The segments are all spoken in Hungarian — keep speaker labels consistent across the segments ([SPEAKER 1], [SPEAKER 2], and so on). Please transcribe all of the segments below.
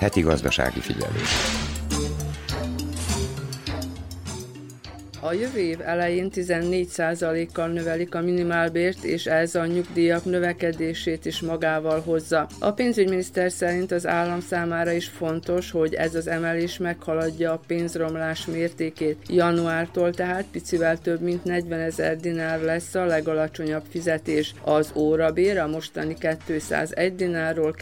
[SPEAKER 1] Heti gazdasági figyelés.
[SPEAKER 2] A jövő év elején 14%-kal növelik a minimálbért, és ez a nyugdíjak növekedését is magával hozza. A pénzügyminiszter szerint az állam számára is fontos, hogy ez az emelés meghaladja a pénzromlás mértékét. Januártól tehát picivel több mint 40 000 dinár lesz a legalacsonyabb fizetés. Az órabér a mostani 201 dinárról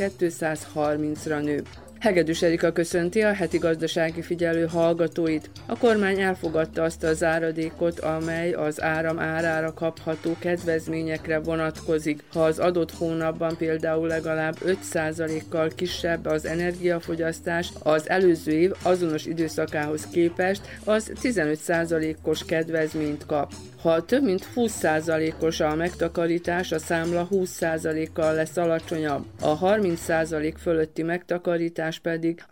[SPEAKER 2] 230-ra nő. Hegedűs Erika köszönti a heti gazdasági figyelő hallgatóit. A kormány elfogadta azt a záradékot, amely az áram árára kapható kedvezményekre vonatkozik. Ha az adott hónapban például legalább 5%-kal kisebb az energiafogyasztás az előző év azonos időszakához képest, az 15%-os kedvezményt kap. Ha több mint 20%-os a megtakarítás, a számla 20%-kal lesz alacsonyabb. A 30% fölötti megtakarítás pedig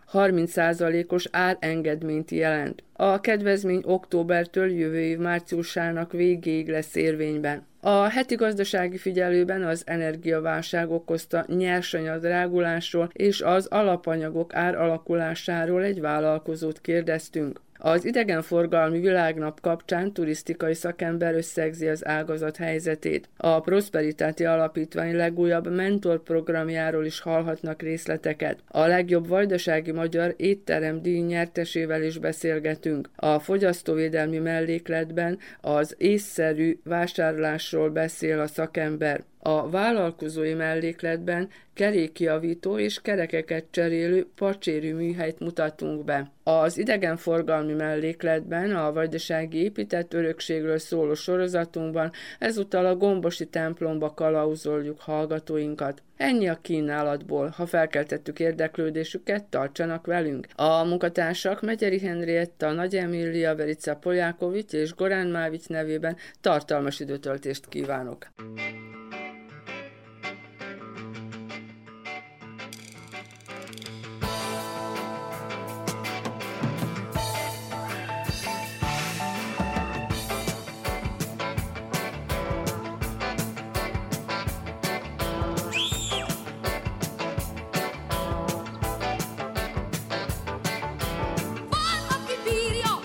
[SPEAKER 2] 30%-os árengedményt jelent. A kedvezmény októbertől jövő év márciusának végéig lesz érvényben. A heti gazdasági figyelőben az energiaválság okozta nyersanyag drágulásról és az alapanyagok áralakulásáról egy vállalkozót kérdeztünk. Az idegenforgalmi világnap kapcsán turisztikai szakember összegzi az ágazat helyzetét. A Prosperitáti Alapítvány legújabb mentorprogramjáról is hallhatnak részleteket. A legjobb vajdasági magyar étteremdíj nyertesével is beszélgetünk. A fogyasztóvédelmi mellékletben az észszerű vásárlásról beszél a szakember. A vállalkozói mellékletben kerékjavító és kerekeket cserélő pacsérű műhelyt mutatunk be. Az idegenforgalmi mellékletben a vajdasági épített örökségről szóló sorozatunkban ezúttal a gombosi templomba kalauzoljuk hallgatóinkat. Ennyi a kínálatból. Ha felkeltettük érdeklődésüket, tartsanak velünk. A munkatársak Megyeri Henrietta, Nagy Emília, Verica Poljákovics és Gorán Mávics nevében tartalmas időtöltést kívánok.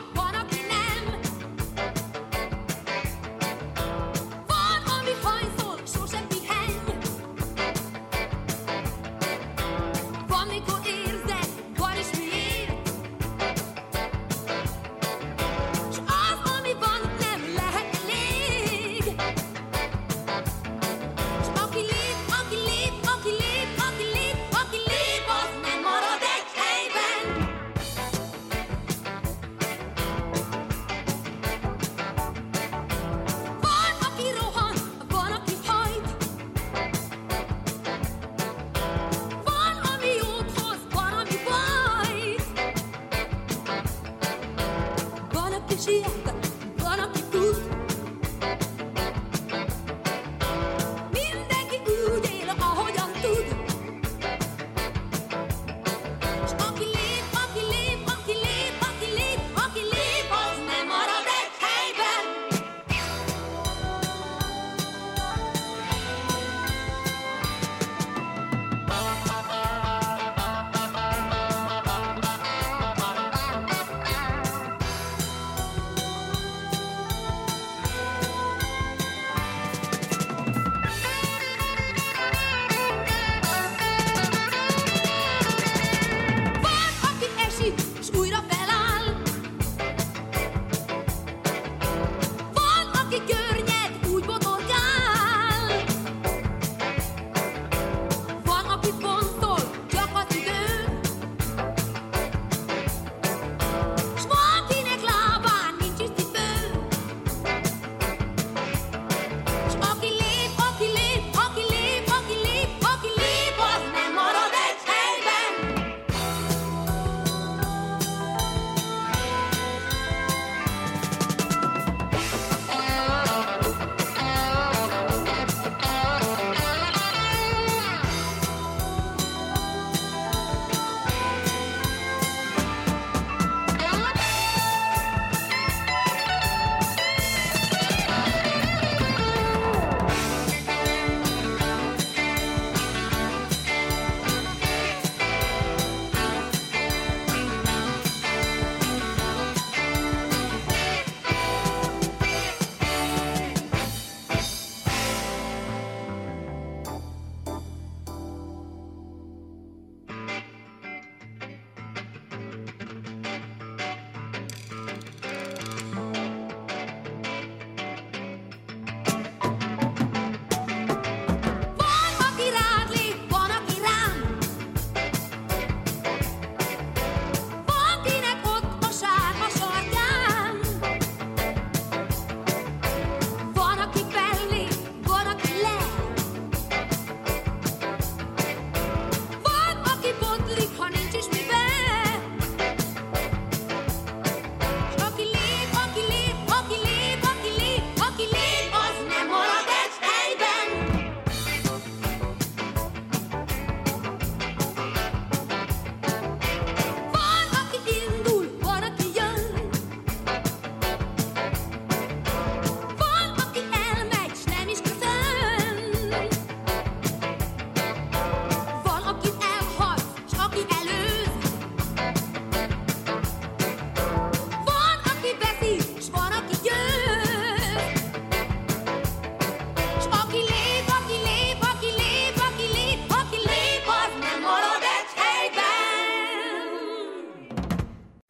[SPEAKER 3] Van, ami hajszol,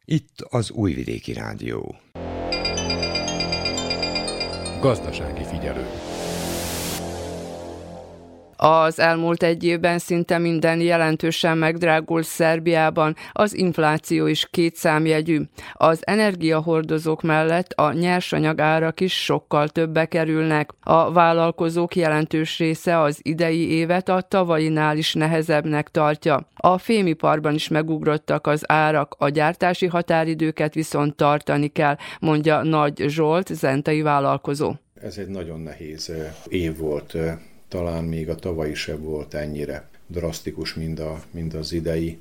[SPEAKER 1] Itt az Újvidéki Rádió.
[SPEAKER 3] Gazdasági figyelő.
[SPEAKER 2] Az elmúlt egy évben szinte minden jelentősen megdrágult Szerbiában, az infláció is kétszámjegyű. Az energiahordozók mellett a nyersanyagárak is sokkal többe kerülnek. A vállalkozók jelentős része az idei évet a tavainál is nehezebbnek tartja. A fémiparban is megugrottak az árak, a gyártási határidőket viszont tartani kell, mondja Nagy Zsolt, zentai vállalkozó.
[SPEAKER 4] Ez egy nagyon nehéz év volt. Talán még a tavalyi sem volt ennyire drasztikus, mint az idei.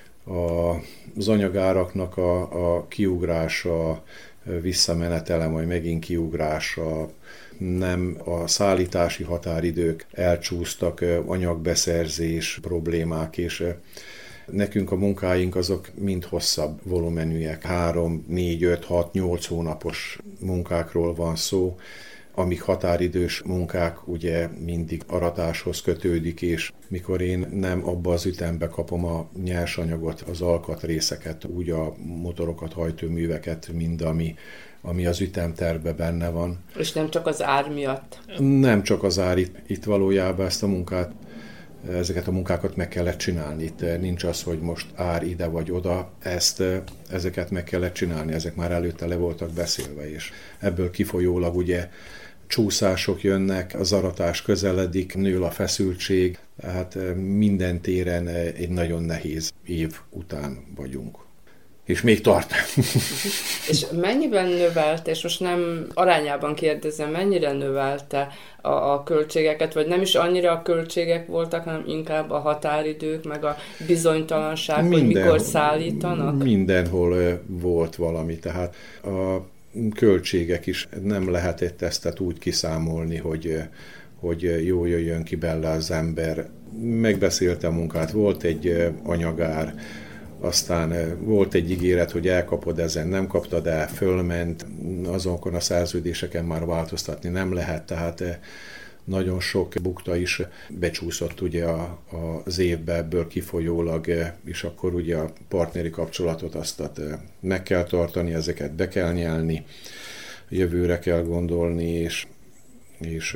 [SPEAKER 4] Az anyagáraknak a kiugrása, visszamenetele, majd megint kiugrása, nem a szállítási határidők elcsúsztak, anyagbeszerzés problémák, és nekünk a munkáink azok mind hosszabb volumenűek, 3, 4, 5, 6, 8 hónapos munkákról van szó, amik határidős munkák ugye mindig aratáshoz kötődik, és mikor én nem abba az ütembe kapom a nyersanyagot, az alkatrészeket, úgy a motorokat, hajtóműveket, mind ami az ütemtervben benne van.
[SPEAKER 2] És nem csak az ár miatt?
[SPEAKER 4] Nem csak az ár, itt valójában ezeket a munkákat meg kellett csinálni. Itt nincs az, hogy most ár ide vagy oda, ezeket meg kellett csinálni, ezek már előtte le voltak beszélve, és ebből kifolyólag ugye csúszások jönnek, az aratás közeledik, nő a feszültség, tehát minden téren egy nagyon nehéz év után vagyunk. És még tart.
[SPEAKER 2] És mennyiben növelte, és most nem arányában kérdezem, mennyire növelte a költségeket, vagy nem is annyira a költségek voltak, hanem inkább a határidők, meg a bizonytalanság, hogy mikor szállítanak?
[SPEAKER 4] Mindenhol volt valami, tehát a költségek is nem lehetett ezt úgy kiszámolni, hogy jól jöjjön ki belőle az ember. Megbeszélte a munkát, volt egy anyagár, aztán volt egy ígéret, hogy elkapod, ezen nem kaptad el, fölment, azokon a szerződéseken már változtatni nem lehet, tehát nagyon sok bukta is becsúszott ugye az évbe ebből kifolyólag, és akkor ugye a partneri kapcsolatot azt meg kell tartani, ezeket be kell nyelni, jövőre kell gondolni, és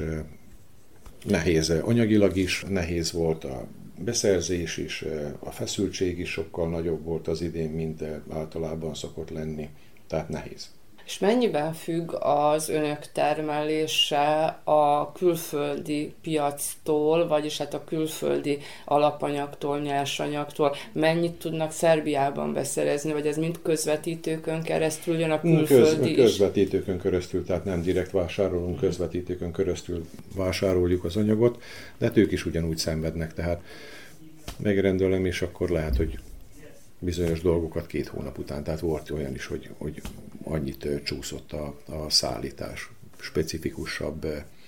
[SPEAKER 4] nehéz anyagilag is, nehéz volt a beszerzés is, a feszültség is sokkal nagyobb volt az idén, mint általában szokott lenni, tehát nehéz.
[SPEAKER 2] És mennyiben függ az önök termelése a külföldi piactól, vagyis hát a külföldi alapanyagtól, nyersanyagtól? Mennyit tudnak Szerbiában beszerezni, vagy ez mind közvetítőkön keresztül jön a külföldi is?
[SPEAKER 4] Közvetítőkön keresztül, tehát nem direkt vásárolunk, közvetítőkön keresztül vásároljuk az anyagot, de hát ők is ugyanúgy szenvednek, tehát megrendelem, és akkor lehet, hogy bizonyos dolgokat 2 hónap után, tehát volt olyan is, hogy annyit csúszott a szállítás. Specifikusabb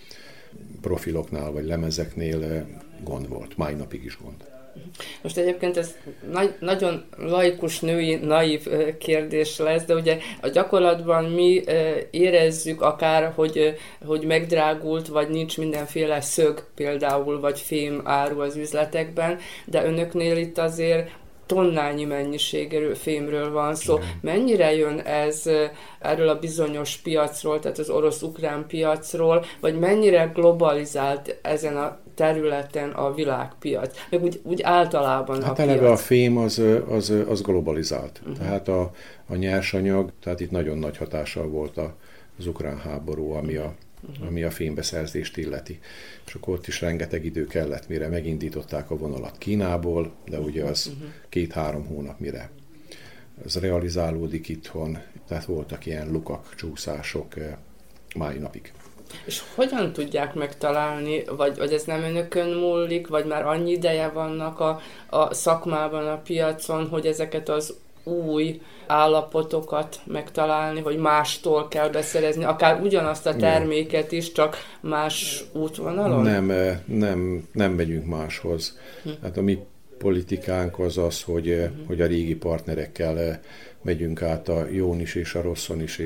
[SPEAKER 4] profiloknál vagy lemezeknél gond volt, mai napig is gond.
[SPEAKER 2] Most egyébként ez nagyon laikus, női, naív kérdés lesz, de ugye a gyakorlatban mi érezzük akár, hogy megdrágult, vagy nincs mindenféle szög például, vagy fém áru az üzletekben, de önöknél itt azért tonnányi mennyiségű fémről van szó. Mennyire jön ez erről a bizonyos piacról, tehát az orosz-ukrán piacról, vagy mennyire globalizált ezen a területen a világpiac, meg úgy általában a piac?
[SPEAKER 4] Eleve a fém az globalizált. Tehát a nyersanyag, tehát itt nagyon nagy hatással volt az ukrán háború, ami a fémbeszerzést illeti. És akkor ott is rengeteg idő kellett, mire megindították a vonalat Kínából, de ugye az 2-3 hónap, mire ez realizálódik itthon, tehát voltak ilyen lukak, csúszások mai napig.
[SPEAKER 2] És hogyan tudják megtalálni, vagy ez nem önökön múlik, vagy már annyi ideje vannak a szakmában, a piacon, hogy ezeket az új állapotokat megtalálni, hogy mástól kell beszerezni, akár ugyanazt a terméket is, csak más útvonalon?
[SPEAKER 4] Nem megyünk máshoz. Hát a mi politikánk az, hogy a régi partnerekkel megyünk át a jón is és a rosszon is,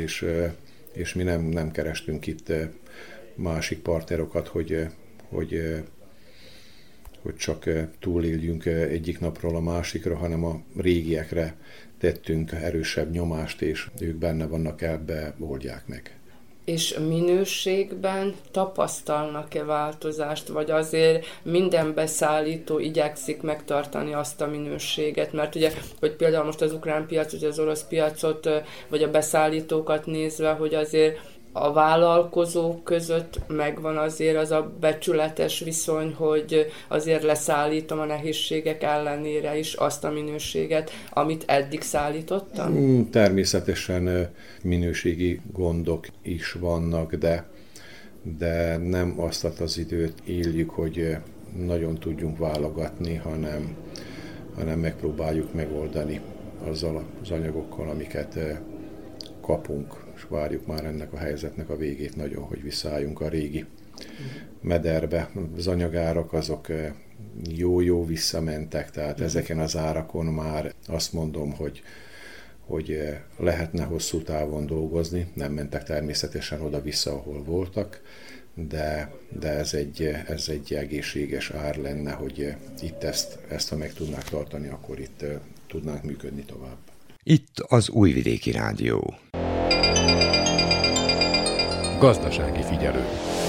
[SPEAKER 4] és mi nem kerestünk itt másik partnerokat, hogy hogy csak túléljünk egyik napról a másikra, hanem a régiekre tettünk erősebb nyomást, és ők benne vannak, ebbe oldják meg.
[SPEAKER 2] És minőségben tapasztalnak-e változást, vagy azért minden beszállító igyekszik megtartani azt a minőséget? Mert ugye, hogy például most az ukrán piac, vagy az orosz piacot, vagy a beszállítókat nézve, hogy azért a vállalkozók között megvan azért az a becsületes viszony, hogy azért leszállítom a nehézségek ellenére is azt a minőséget, amit eddig szállítottam?
[SPEAKER 4] Természetesen minőségi gondok is vannak, de nem azt az időt éljük, hogy nagyon tudjunk válogatni, hanem megpróbáljuk megoldani azzal az anyagokkal, amiket kapunk, és várjuk már ennek a helyzetnek a végét nagyon, hogy visszaálljunk a régi mederbe. Az anyagárak azok jó visszamentek, tehát ezeken az árakon már azt mondom, hogy lehetne hosszú távon dolgozni, nem mentek természetesen oda-vissza, ahol voltak, de ez egy egészséges ár lenne, hogy itt ezt ha meg tudnák tartani, akkor itt tudnánk működni tovább.
[SPEAKER 1] Itt az Újvidéki Rádió.
[SPEAKER 3] Gazdasági figyelő.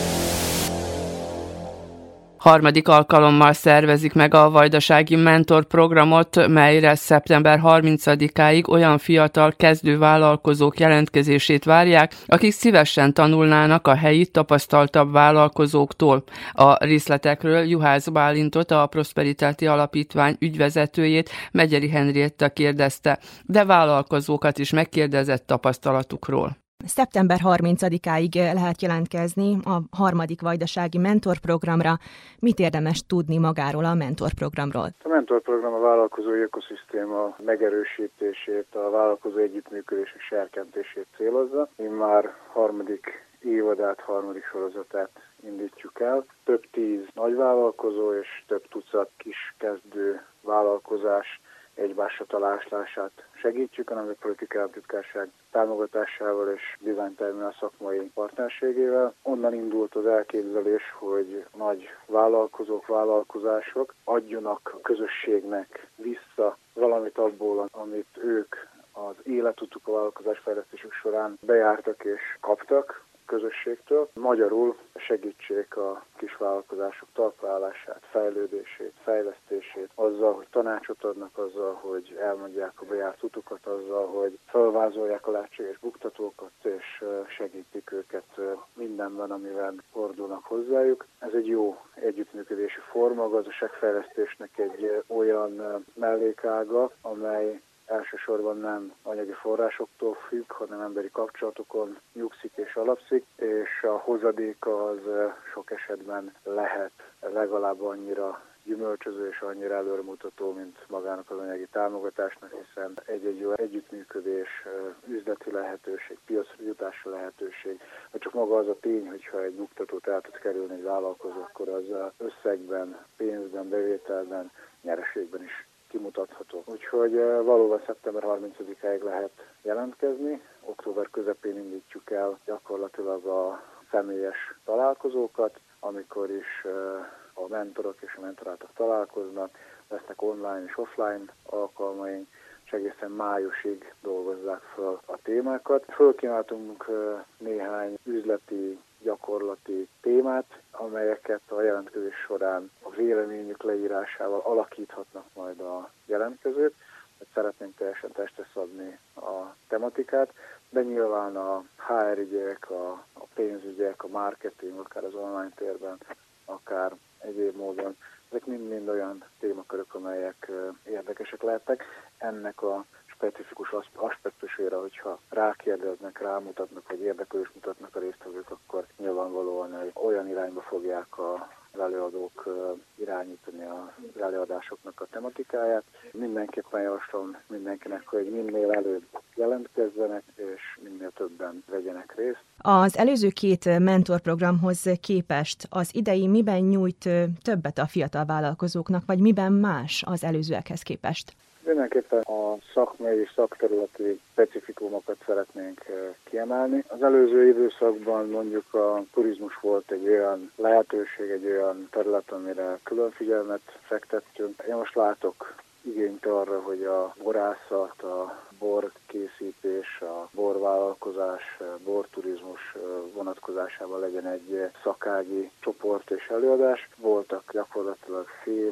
[SPEAKER 2] Harmadik alkalommal szervezik meg a Vajdasági Mentor programot, melyre szeptember 30-áig olyan fiatal kezdővállalkozók jelentkezését várják, akik szívesen tanulnának a helyi tapasztaltabb vállalkozóktól. A részletekről Juhász Bálintot, a Prosperitáti Alapítvány ügyvezetőjét, Megyeri Henrietta kérdezte, de vállalkozókat is megkérdezett tapasztalatukról.
[SPEAKER 5] Szeptember 30-áig lehet jelentkezni a harmadik vajdasági mentorprogramra. Mit érdemes tudni magáról a mentorprogramról?
[SPEAKER 6] A mentorprogram a vállalkozói ökoszisztéma megerősítését, a vállalkozó együttműködés és serkentését célozza. Immár harmadik évadát, harmadik sorozatát indítjuk el. Több 10 nagyvállalkozó és több tucat kis kezdő vállalkozás egymásra találását segítjük, a Nemzeti Politikai Államtitkárság támogatásával és Design Terminal szakmai partnerségével. Onnan indult az elképzelés, hogy nagy vállalkozók, vállalkozások adjanak a közösségnek vissza valamit abból, amit ők az életutuk, a vállalkozásfejlesztésük során bejártak és kaptak közösségtől. Magyarul segítsék a kisvállalkozások talpraállását, fejlődését, fejlesztését, azzal, hogy tanácsot adnak, azzal, hogy elmondják a bejárt utukat, azzal, hogy felvázolják a lehetséges buktatókat, és segítik őket mindenben, amivel fordulnak hozzájuk. Ez egy jó együttműködési forma, a gazdaságfejlesztésnek egy olyan mellékága, amely elsősorban nem anyagi forrásoktól függ, hanem emberi kapcsolatokon nyugszik és alapszik, és a hozadéka az sok esetben lehet legalább annyira gyümölcsöző és annyira előremutató, mint magának az anyagi támogatásnak, hiszen egy jó együttműködés, üzleti lehetőség, piacra jutási lehetőség, vagy csak maga az a tény, hogyha egy buktatót el tud kerülni egy vállalkozó, akkor az összegben, pénzben, bevételben, nyereségben is kimutatható. Úgyhogy valóban szeptember 30-áig lehet jelentkezni, október közepén indítjuk el gyakorlatilag a személyes találkozókat, amikor is a mentorok és a mentoráltak találkoznak, lesznek online és offline alkalmaink, és egészen májusig dolgozzák fel a témákat. Fölkínáltunk néhány üzleti, gyakorlati témát, amelyeket a jelentkezés során a véleményük leírásával alakíthatnak majd a jelentkezők. Szeretnénk teljesen testre szabni a tematikát, de nyilván a HR ügyek, a pénzügyek, a marketing, akár az online térben, akár egyéb módon, ezek mind olyan témakörök, amelyek érdekesek lehetnek. Ennek a specifikus aspektusaira, hogyha rákérdeznek, rámutatnak, vagy érdeklődést mutatnak a résztvevők, akkor nyilvánvalóan olyan irányba fogják az előadók irányítani az előadásoknak a tematikáját. Mindenképpen javaslom mindenkinek, hogy minél előbb jelentkezzenek, és minél többen vegyenek részt.
[SPEAKER 5] Az előző 2 mentorprogramhoz képest az idei miben nyújt többet a fiatal vállalkozóknak, vagy miben más az előzőekhez képest?
[SPEAKER 6] Mindenképpen a szakmai és szakterületi specifikumokat szeretnénk kiemelni. Az előző időszakban mondjuk a turizmus volt egy olyan lehetőség, egy olyan terület, amire külön figyelmet fektettünk. Én most látok igényt arra, hogy a borászat, a borkészítés, a borvállalkozás, borturizmus vonatkozásában legyen egy szakági csoport és előadás. Voltak gyakorlatilag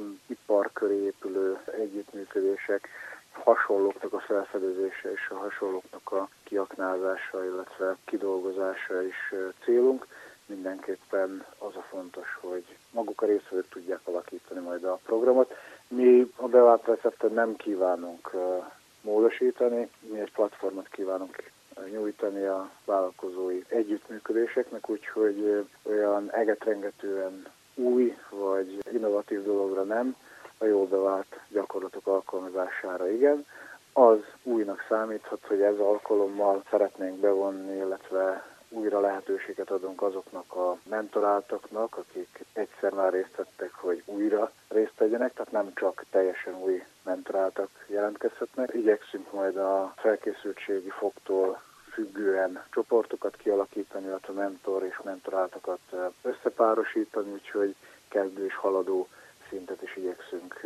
[SPEAKER 6] ipar köré épülő együttműködések, hasonlóknak a felfedezése és a hasonlóknak a kiaknázása, illetve kidolgozása is célunk. Mindenképpen az a fontos, hogy maguk a résztvevők tudják alakítani majd a programot. Mi a bevált recepten nem kívánunk módosítani, mi egy platformot kívánunk nyújtani a vállalkozói együttműködéseknek, úgyhogy olyan egetrengetően új vagy innovatív dologra nem, a jól bevált gyakorlatok alkalmazására igen. Az újnak számíthat, hogy ez alkalommal szeretnénk bevonni, illetve újra lehetőséget adunk azoknak a mentoráltaknak, akik egyszer már részt vettek, hogy újra részt vegyenek, tehát nem csak teljesen új mentoráltak jelentkezhetnek. Igyekszünk majd a felkészültségi foktól függően csoportokat kialakítani, illetve mentor és mentoráltakat összepárosítani, úgyhogy kezdő és haladó szintet is igyekszünk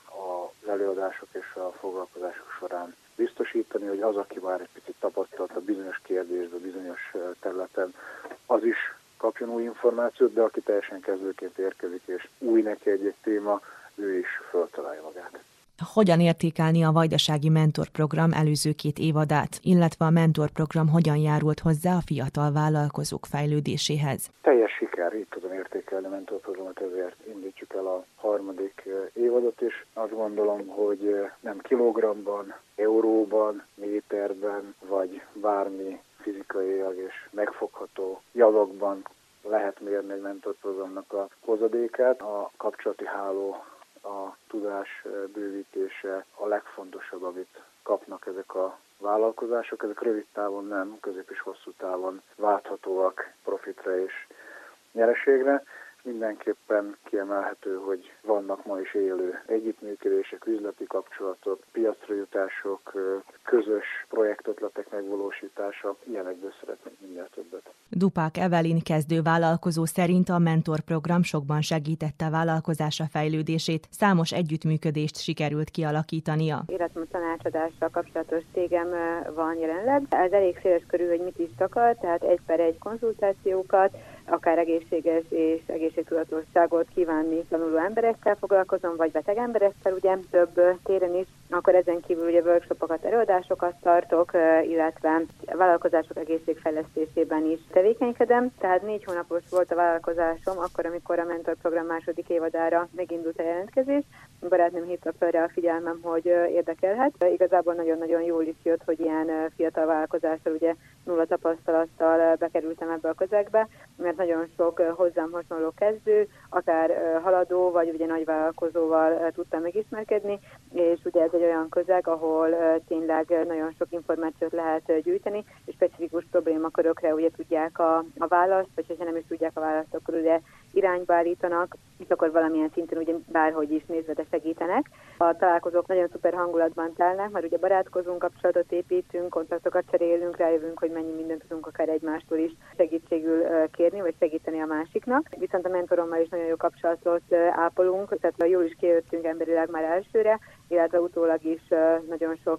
[SPEAKER 6] az előadások és a foglalkozások során biztosítani, hogy az, aki már egy picit tapasztalt a bizonyos kérdésben, bizonyos területen, az is kapjon új információt, de aki teljesen kezdőként érkezik, és új neki egy téma, ő is föltalálja magát.
[SPEAKER 5] Hogyan értékelni a Vajdasági Mentorprogram előző 2 évadát, illetve a mentorprogram hogyan járult hozzá a fiatal vállalkozók fejlődéséhez?
[SPEAKER 6] Teljes siker, így tudom értékelni a mentorprogramot, ezért indítjuk el a 3. évadot is. Azt gondolom, hogy nem kilogramban, euróban, méterben, vagy bármi fizikailag és megfogható javakban lehet mérni egy mentorprogramnak a hozadékát. A kapcsolati háló, a tudás bővítése a legfontosabb, amit kapnak ezek a vállalkozások. Ezek rövid távon nem, közép és hosszú távon válthatóak profitra és nyereségre. Mindenképpen kiemelhető, hogy vannak ma is élő együttműködések, üzleti kapcsolatok, piacra jutások, közös projektötletek megvalósítása. Ilyenekből szeretnénk minél többet.
[SPEAKER 5] Dupák Evelin kezdővállalkozó szerint a mentorprogram sokban segítette a vállalkozása fejlődését, számos együttműködést sikerült kialakítania.
[SPEAKER 7] Életmód tanácsadással kapcsolatos cégem van jelenleg. Ez elég széles körül, hogy mit is takar, tehát 1/1 konzultációkat, akár egészséges és egészségtudatosságot kívánni tanuló emberekkel foglalkozom, vagy beteg emberekkel, ugye több téren is. Akkor ezen kívül ugye workshopokat, előadásokat tartok, illetve a vállalkozások egészségfejlesztésében is tevékenykedem. Tehát 4 hónapos volt a vállalkozásom, akkor, amikor a mentorprogram 2. évadára megindult a jelentkezés. A barátnőm hívta fel rá a figyelmem, hogy érdekelhet. Igazából nagyon-nagyon jól is jött, hogy ilyen fiatal vállalkozással, ugye 0 tapasztalattal bekerültem ebbe a közegbe, mert nagyon sok hozzám hasonló kezdő, akár haladó, vagy ugye nagy vállalkozóval tudtam megismerkedni, és ugye ez egy olyan közeg, ahol tényleg nagyon sok információt lehet gyűjteni, és specifikus problémakörökre ugye tudják a választ, vagy ha nem is tudják a választ, akkor ugye irányba állítanak, és akkor valamilyen szinten ugye bárhogy is nézve, de segítenek. A találkozók nagyon szuper hangulatban telnek, mert ugye barátkozunk, kapcsolatot építünk, kontaktokat cserélünk, rájövünk, hogy mennyi mindent tudunk akár egymástól is segítségül kérni, vagy segíteni a másiknak. Viszont a mentorommal is nagyon jó kapcsolatot ápolunk, tehát jól is kijöttünk emberileg már elsőre, illetve utólag is nagyon sok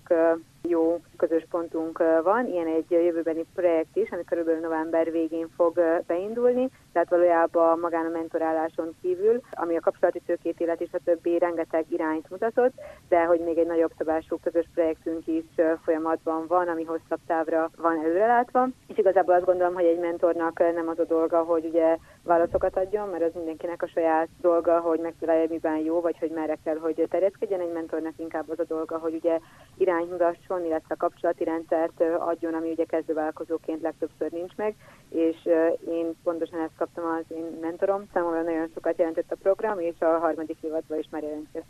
[SPEAKER 7] jó közös pontunk van. Ilyen egy jövőbeni projekt is, ami körülbelül november végén fog beindulni, tehát valójában magán a mentoráláson kívül, ami a kapcsolati tőkét illet és a többi rengeteg irányt mutatott, de hogy még egy nagyobb szabású közös projektünk is folyamatban van, ami hosszabb távra van előrelátva. És igazából azt gondolom, hogy egy mentornak nem az a dolga, hogy ugye válaszokat adjon, mert az mindenkinek a saját dolga, hogy megtalálja, miben jó, vagy hogy merre kell, hogy terjeszkedjen. Egy mentornak inkább az a dolga, hogy ugye irányt mutasson, illetve kapcsolati rendszert adjon, ami ugye kezdővállalkozóként legtöbbször nincs meg, és én pontosan ezt kaptam az én mentorom. Számomra nagyon sokat jelentett a program, és a 3. évadban is már jelentkeztem.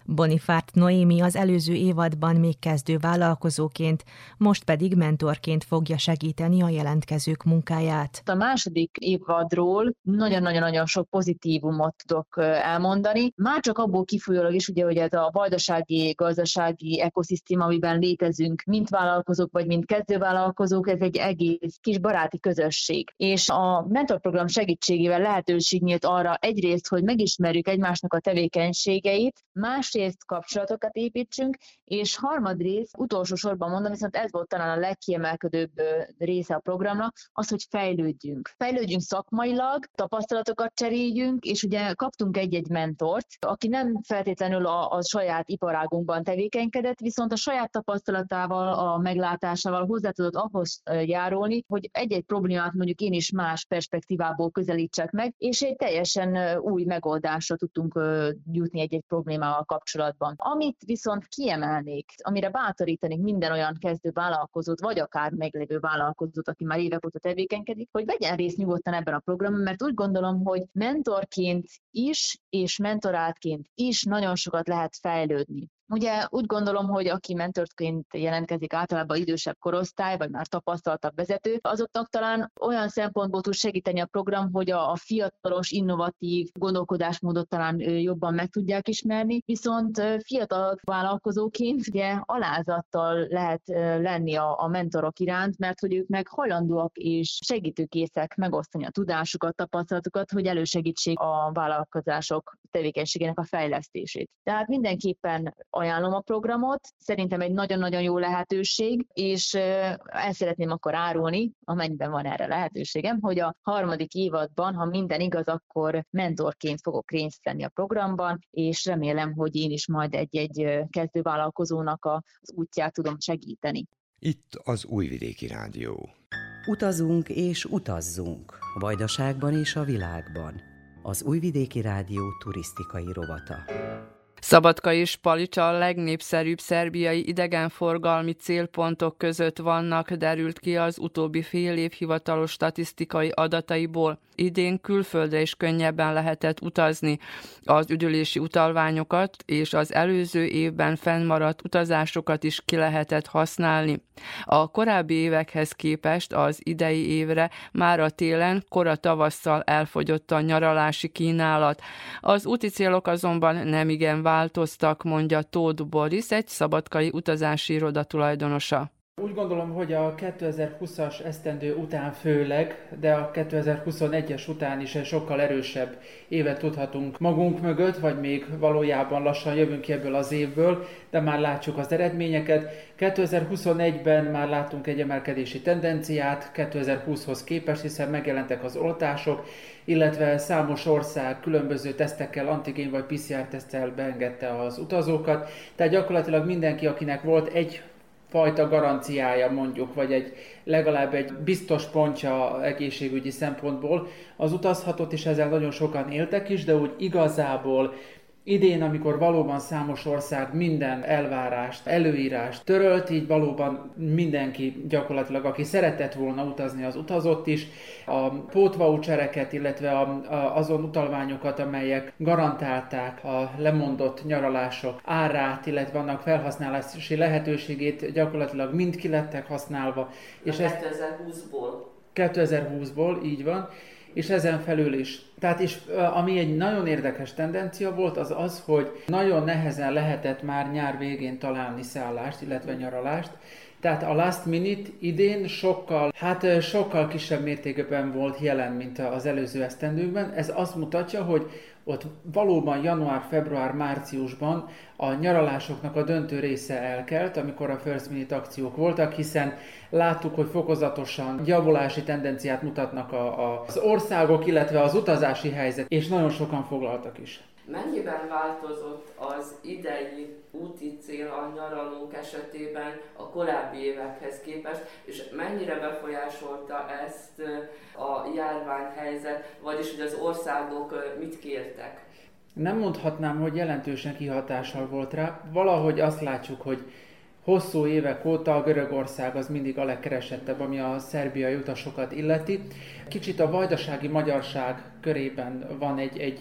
[SPEAKER 5] Bonifát Noémi az előző évadban még kezdő vállalkozóként, most pedig mentorként fogja segíteni a jelentkezők munkáját.
[SPEAKER 8] A második évadról nagyon-nagyon sok pozitívumot tudok elmondani. Már csak abból kifolyólag is, ugye, hogy ez a vajdasági gazdasági ekoszisztéma, amiben létezünk, mint vállalkozók vagy mint kezdővállalkozók, ez egy egész kis baráti közösség. És a mentorprogram segítségével lehetőség nyílt arra egyrészt, hogy megismerjük egymásnak a tevékenységeit, másrészt kapcsolatokat építsünk, és harmadrészt, utolsó sorban mondom, viszont ez volt talán a legkiemelkedőbb része a programnak, az, hogy fejlődjünk. Fejlődjünk szakmailag, tapasztalatokat cseréljünk, és ugye kaptunk egy-egy mentort, aki nem feltétlenül a saját iparágunkban tevékenykedett, viszont a saját tapasztalatával, a meglátásával hozzá tudott ahhoz járulni, hogy egy-egy problémát mondjuk én is más perspektívából közelítsek meg, és egy teljesen új megoldásra tudtunk jutni egy-egy problémával kapcsolatban. Amit viszont kiemelnék, amire bátorítanék minden olyan kezdő vállalkozót, vagy akár meglévő vállalkozót, aki már évek óta tevékenykedik, hogy vegyen részt nyugodtan ebben a programon, mert úgy gondolom, hogy mentorként is, és mentoráltként is nagyon sokat lehet fejlődni. Ugye úgy gondolom, hogy aki mentorként jelentkezik, általában idősebb korosztály, vagy már tapasztaltabb vezető, azoknak talán olyan szempontból tud segíteni a program, hogy a fiatalos, innovatív gondolkodásmódot talán jobban meg tudják ismerni, viszont fiatal vállalkozóként ugye alázattal lehet lenni a mentorok iránt, mert hogy ők meg hajlandóak és segítőkészek megosztani a tudásukat, tapasztalatokat, hogy elősegítsék a vállalkozások tevékenységének a fejlesztését. Tehát mindenképpen ajánlom a programot, szerintem egy nagyon-nagyon jó lehetőség, és el szeretném akkor árulni, amennyiben van erre lehetőségem, hogy a harmadik évadban, ha minden igaz, akkor mentorként fogok részt venni a programban, és remélem, hogy én is majd egy-egy kezdővállalkozónak az útját tudom segíteni.
[SPEAKER 1] Itt az Újvidéki Rádió.
[SPEAKER 9] Utazunk és utazzunk a Vajdaságban és a világban. Az Újvidéki Rádió turisztikai rovata.
[SPEAKER 2] Szabadka és Palics a legnépszerűbb szerbiai idegenforgalmi célpontok között vannak, derült ki az utóbbi fél év hivatalos statisztikai adataiból. Idén külföldre is könnyebben lehetett utazni. Az üdülési utalványokat és az előző évben fennmaradt utazásokat is ki lehetett használni. A korábbi évekhez képest az idei évre már a télen, kora tavasszal elfogyott a nyaralási kínálat. Az úti célok azonban nemigen változtak, mondja Tóth Boris, egy szabadkai utazási iroda tulajdonosa.
[SPEAKER 10] Úgy gondolom, hogy a 2020-as esztendő után főleg, de a 2021-es után is egy sokkal erősebb évet tudhatunk magunk mögött, vagy még valójában lassan jövünk ki ebből az évből, de már látjuk az eredményeket. 2021-ben már láttunk egy emelkedési tendenciát 2020-hoz képest, hiszen megjelentek az oltások, illetve számos ország különböző tesztekkel, antigén vagy PCR-teszttel beengedte az utazókat. Tehát gyakorlatilag mindenki, akinek volt egy fajta garanciája mondjuk, vagy legalább egy biztos pontja egészségügyi szempontból, az utazhatott, és ezzel nagyon sokan éltek is, de úgy igazából idén, amikor valóban számos ország minden elvárást, előírást törölt, így valóban mindenki gyakorlatilag, aki szeretett volna utazni, az utazott is. A pótvouchereket, illetve azon utalványokat, amelyek garantálták a lemondott nyaralások árát, illetve annak felhasználási lehetőségét, gyakorlatilag mind ki lettek használva. És 2020-ból, így van. És ezen felül is. Tehát és ami egy nagyon érdekes tendencia volt, az az, hogy nagyon nehezen lehetett már nyár végén találni szállást, illetve nyaralást. Tehát a last minute idén sokkal kisebb mértékben volt jelen, mint az előző esztendőkben. Ez azt mutatja, hogy ott valóban január, február, márciusban a nyaralásoknak a döntő része elkelt, amikor a first minute akciók voltak, hiszen láttuk, hogy fokozatosan javulási tendenciát mutatnak az országok, illetve az utazási helyzet, és nagyon sokan foglaltak is.
[SPEAKER 2] Mennyiben változott az idei úti cél a nyaralók esetében a korábbi évekhez képest, és mennyire befolyásolta ezt a járványhelyzet, vagyis hogy az országok mit kértek?
[SPEAKER 10] Nem mondhatnám, hogy jelentősen kihatással volt rá. Valahogy azt látjuk, hogy hosszú évek óta Görögország az mindig a legkeresettebb, ami a szerbiai utasokat illeti. Kicsit a vajdasági magyarság körében van egy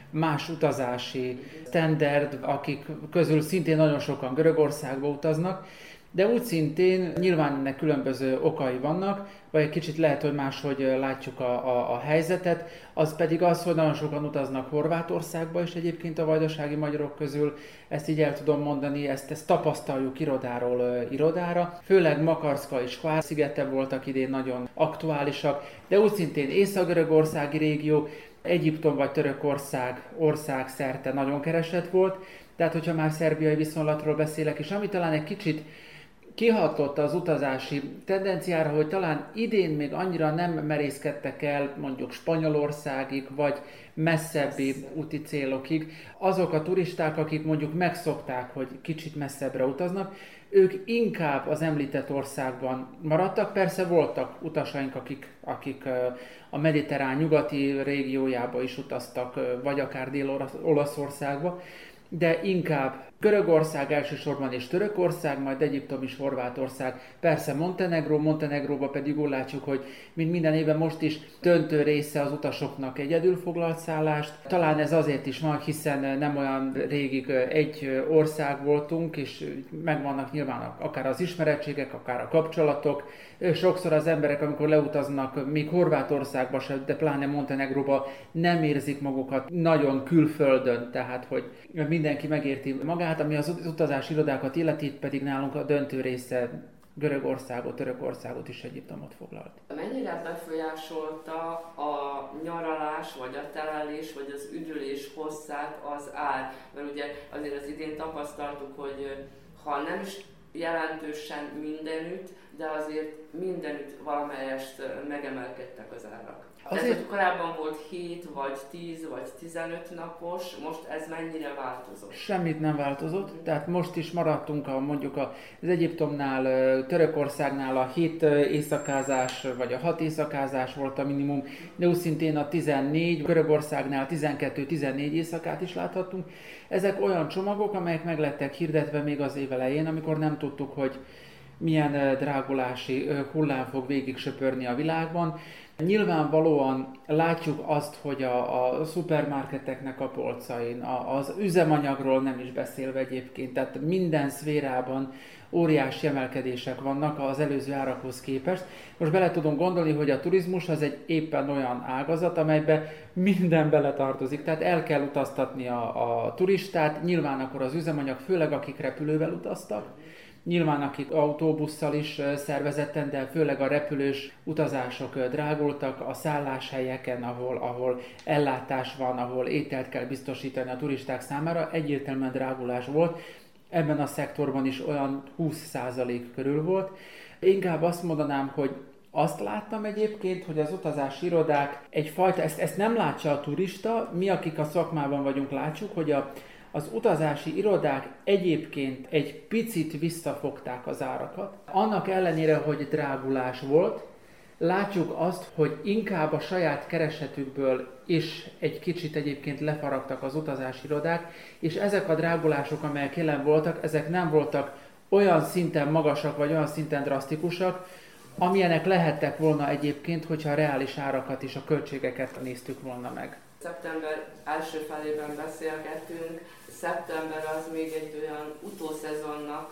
[SPEAKER 10] más utazási standard, akik közül szintén nagyon sokan Görögországba utaznak, de úgy szintén nyilván ennek különböző okai vannak, vagy egy kicsit lehet, hogy máshogy látjuk a helyzetet, az pedig az, hogy nagyon sokan utaznak Horvátországba is egyébként a vajdasági magyarok közül, ezt így el tudom mondani, ezt tapasztaljuk irodáról irodára, főleg Makarszka és Hvár szigete voltak idén nagyon aktuálisak, de úgy szintén észak-görögországi régió, Egyiptom vagy Törökország országszerte nagyon keresett volt, tehát hogyha már szerbiai viszonylatról beszélek, és ami talán egy kicsit kihatott az utazási tendenciára, hogy talán idén még annyira nem merészkedtek el mondjuk Spanyolországig, vagy messzebbi úti célokig. Azok a turisták, akik mondjuk megszokták, hogy kicsit messzebbre utaznak, ők inkább az említett országban maradtak. Persze voltak utasaink, akik a mediterrán nyugati régiójába is utaztak, vagy akár Dél-Olaszországba, de inkább Görögország elsősorban és Törökország, majd Egyiptom és Horvátország, persze Montenegróba pedig úgy látjuk, hogy mint minden évben most is döntő része az utasoknak egyedül foglalt szállást. Talán ez azért is van, hiszen nem olyan régig egy ország voltunk, és megvannak nyilván akár az ismerettségek, akár a kapcsolatok. Sokszor az emberek, amikor leutaznak még Horvátországba se, de pláne Montenegróba, nem érzik magukat nagyon külföldön, tehát hogy mindenki megérti magát, ami az utazási irodákat illeti, pedig nálunk a döntő része Görögországot, Törökországot és Egyiptomot foglalt.
[SPEAKER 2] Mennyire befolyásolta a nyaralás, vagy a telelés, vagy az üdülés hosszát az ár? Mert ugye azért az idén tapasztaltuk, hogy ha nem is jelentősen mindenütt, de azért mindenütt valamelyest megemelkedtek az árak. Tehát, hogy korábban volt 7, vagy 10, vagy 15 napos, most ez mennyire változott?
[SPEAKER 10] Semmit nem változott, tehát most is maradtunk mondjuk az Egyiptomnál, Törökországnál a 7 éjszakázás, vagy a 6 éjszakázás volt a minimum, de úgy szintén a 14, Görögországnál 12-14 éjszakát is láthattunk. Ezek olyan csomagok, amelyek meg lettek hirdetve még az év elején, amikor nem tudtuk, hogy milyen drágulási hullám fog végig söpörni a világban. Nyilvánvalóan látjuk azt, hogy a szupermarketeknek a polcain, az üzemanyagról nem is beszélve egyébként, tehát minden szférában óriási emelkedések vannak az előző árakhoz képest. Most bele tudom gondolni, hogy a turizmus az egy éppen olyan ágazat, amelybe minden beletartozik, tehát el kell utaztatni a turistát, nyilván akkor az üzemanyag, főleg akik repülővel utaztak, nyilván akik autóbusszal is szervezetten, de főleg a repülős utazások drágultak, a szálláshelyeken, ahol ellátás van, ahol ételt kell biztosítani a turisták számára, egyértelműen drágulás volt. Ebben a szektorban is olyan 20% körül volt. Inkább azt mondanám, hogy azt láttam egyébként, hogy az utazási irodák egyfajta, ezt nem látja a turista, mi akik a szakmában vagyunk látjuk, hogy az utazási irodák egyébként egy picit visszafogták az árakat. Annak ellenére, hogy drágulás volt, látjuk azt, hogy inkább a saját keresetükből is egy kicsit egyébként lefaragtak az utazási irodák, és ezek a drágulások, amelyek jelen voltak, ezek nem voltak olyan szinten magasak, vagy olyan szinten drasztikusak, amilyenek lehettek volna egyébként, hogyha a reális árakat és a költségeket néztük volna meg.
[SPEAKER 2] Szeptember első felében beszélgettünk, szeptember az még egy olyan utószezonnak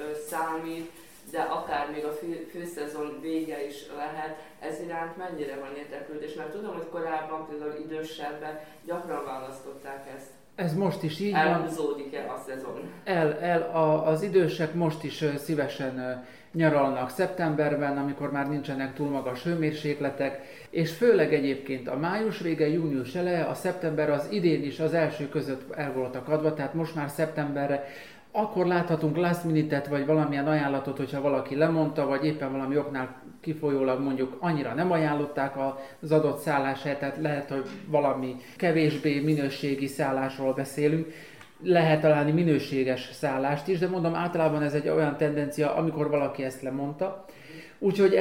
[SPEAKER 2] számít, de akár még a főszezon vége is lehet. Ez iránt mennyire van érdeklődés? Mert tudom, hogy korábban például idősebbek gyakran választották ezt.
[SPEAKER 10] Ez most is így van.
[SPEAKER 2] Elhúzódik-e a szezon?
[SPEAKER 10] Az idősek most is szívesen nyaralnak szeptemberben, amikor már nincsenek túl magas hőmérsékletek, és főleg egyébként a május vége, június eleje, a szeptember az idén is az első között el voltak adva, tehát most már szeptemberre akkor láthatunk last minute-et, vagy valamilyen ajánlatot, hogyha valaki lemondta, vagy éppen valami oknál kifolyólag mondjuk annyira nem ajánlották az adott szálláshelyet, tehát lehet, hogy valami kevésbé minőségi szállásról beszélünk, lehet találni minőséges szállást is, de mondom, általában ez egy olyan tendencia, amikor valaki ezt lemondta. Úgyhogy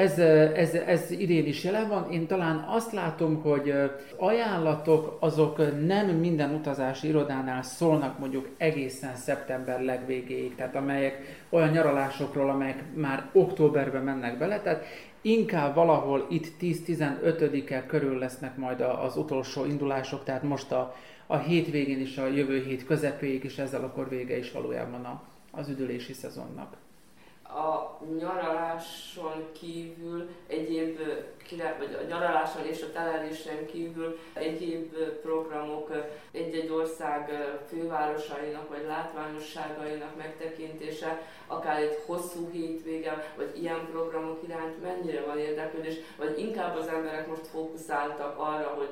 [SPEAKER 10] ez idén is jelen van. Én talán azt látom, hogy ajánlatok azok nem minden utazási irodánál szólnak mondjuk egészen szeptember legvégéig, tehát amelyek olyan nyaralásokról, amelyek már októberben mennek bele, tehát inkább valahol itt 10-15-e körül lesznek majd az utolsó indulások, tehát most a a hétvégén is, a jövő hét közepéig, és ezzel akkor vége is valójában az üdülési szezonnak.
[SPEAKER 2] A nyaraláson kívül vagy a nyaraláson és a telelésen kívül egyéb programok, egy-egy ország fővárosainak vagy látványosságainak megtekintése, akár egy hosszú hétvége, vagy ilyen programok iránt mennyire van érdeklődés, vagy inkább az emberek most fókuszáltak arra, hogy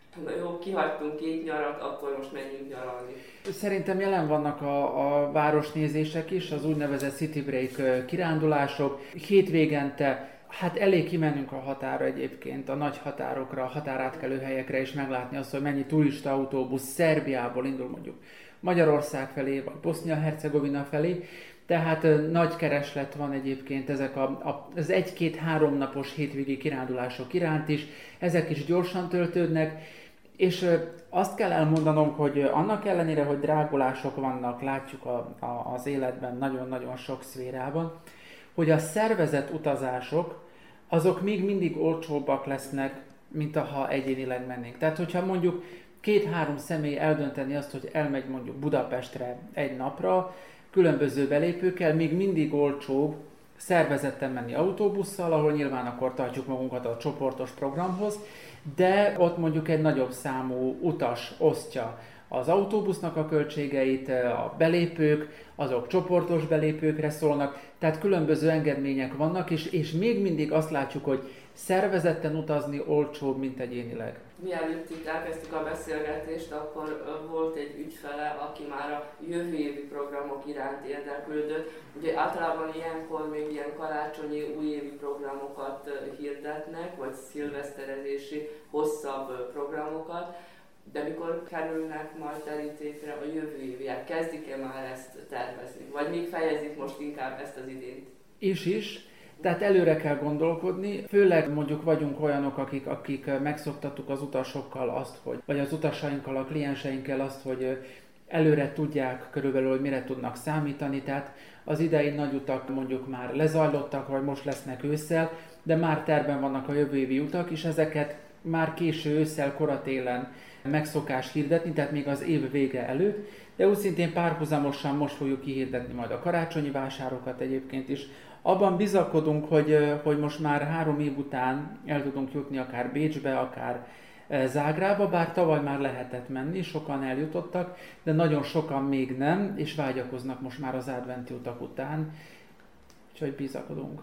[SPEAKER 2] jó, kihagytunk 2 nyarat, akkor most menjünk nyaralni.
[SPEAKER 10] Szerintem jelen vannak a városnézések is, az úgynevezett city break kirándulások. Hétvégente hát elég kimennünk a határa egyébként, a nagy határokra, a határátkelő helyekre, és meglátni azt, hogy mennyi turista autóbusz Szerbiából indul mondjuk Magyarország felé, vagy Bosznia-Hercegovina felé. Tehát nagy kereslet van egyébként ezek az 1-2-3 napos hétvégi kirándulások iránt is, ezek is gyorsan töltődnek, és azt kell elmondanom, hogy annak ellenére, hogy drágulások vannak, látjuk az életben nagyon-nagyon sok szférában, hogy a szervezett utazások, azok még mindig olcsóbbak lesznek, mint ha egyénileg mennénk. Tehát, hogyha mondjuk 2-3 személy eldönteni azt, hogy elmegy mondjuk Budapestre egy napra, különböző belépőkkel, még mindig olcsóbb szervezetten menni autóbusszal, ahol nyilván akkor tartjuk magunkat a csoportos programhoz, de ott mondjuk egy nagyobb számú utas osztja az autóbusznak a költségeit, a belépők, azok csoportos belépőkre szólnak, tehát különböző engedmények vannak, és még mindig azt látjuk, hogy szervezetten utazni olcsóbb, mint egyénileg.
[SPEAKER 2] Mielőtt itt elkezdtük a beszélgetést, akkor volt egy ügyfele, aki már a jövő évi programok iránt érdeklődött. Ugye általában ilyenkor még ilyen karácsonyi, újévi programokat hirdetnek, vagy szilveszterezési hosszabb programokat, de mikor kerülnek majd terítékre a jövő éviek? Kezdik-e már ezt tervezni? Vagy még fejezik most inkább ezt az idényt?
[SPEAKER 10] Is. Tehát előre kell gondolkodni, főleg mondjuk vagyunk olyanok, akik megszoktattuk az utasokkal azt, vagy az utasainkkal, a klienseinkkel azt, hogy előre tudják körülbelül, hogy mire tudnak számítani, tehát az idei nagy utak mondjuk már lezajlottak, vagy most lesznek ősszel, de már terben vannak a jövő évi utak, és ezeket már késő ősszel, koratélen megszokás hirdetni, tehát még az év vége előtt, de úgy szintén párhuzamosan most fogjuk kihirdetni majd a karácsonyi vásárokat egyébként is. Abban bizakodunk, hogy most már 3 év után el tudunk jutni akár Bécsbe, akár Zágrába, bár tavaly már lehetett menni, sokan eljutottak, de nagyon sokan még nem, és vágyakoznak most már az adventi utak után, úgyhogy bizakodunk.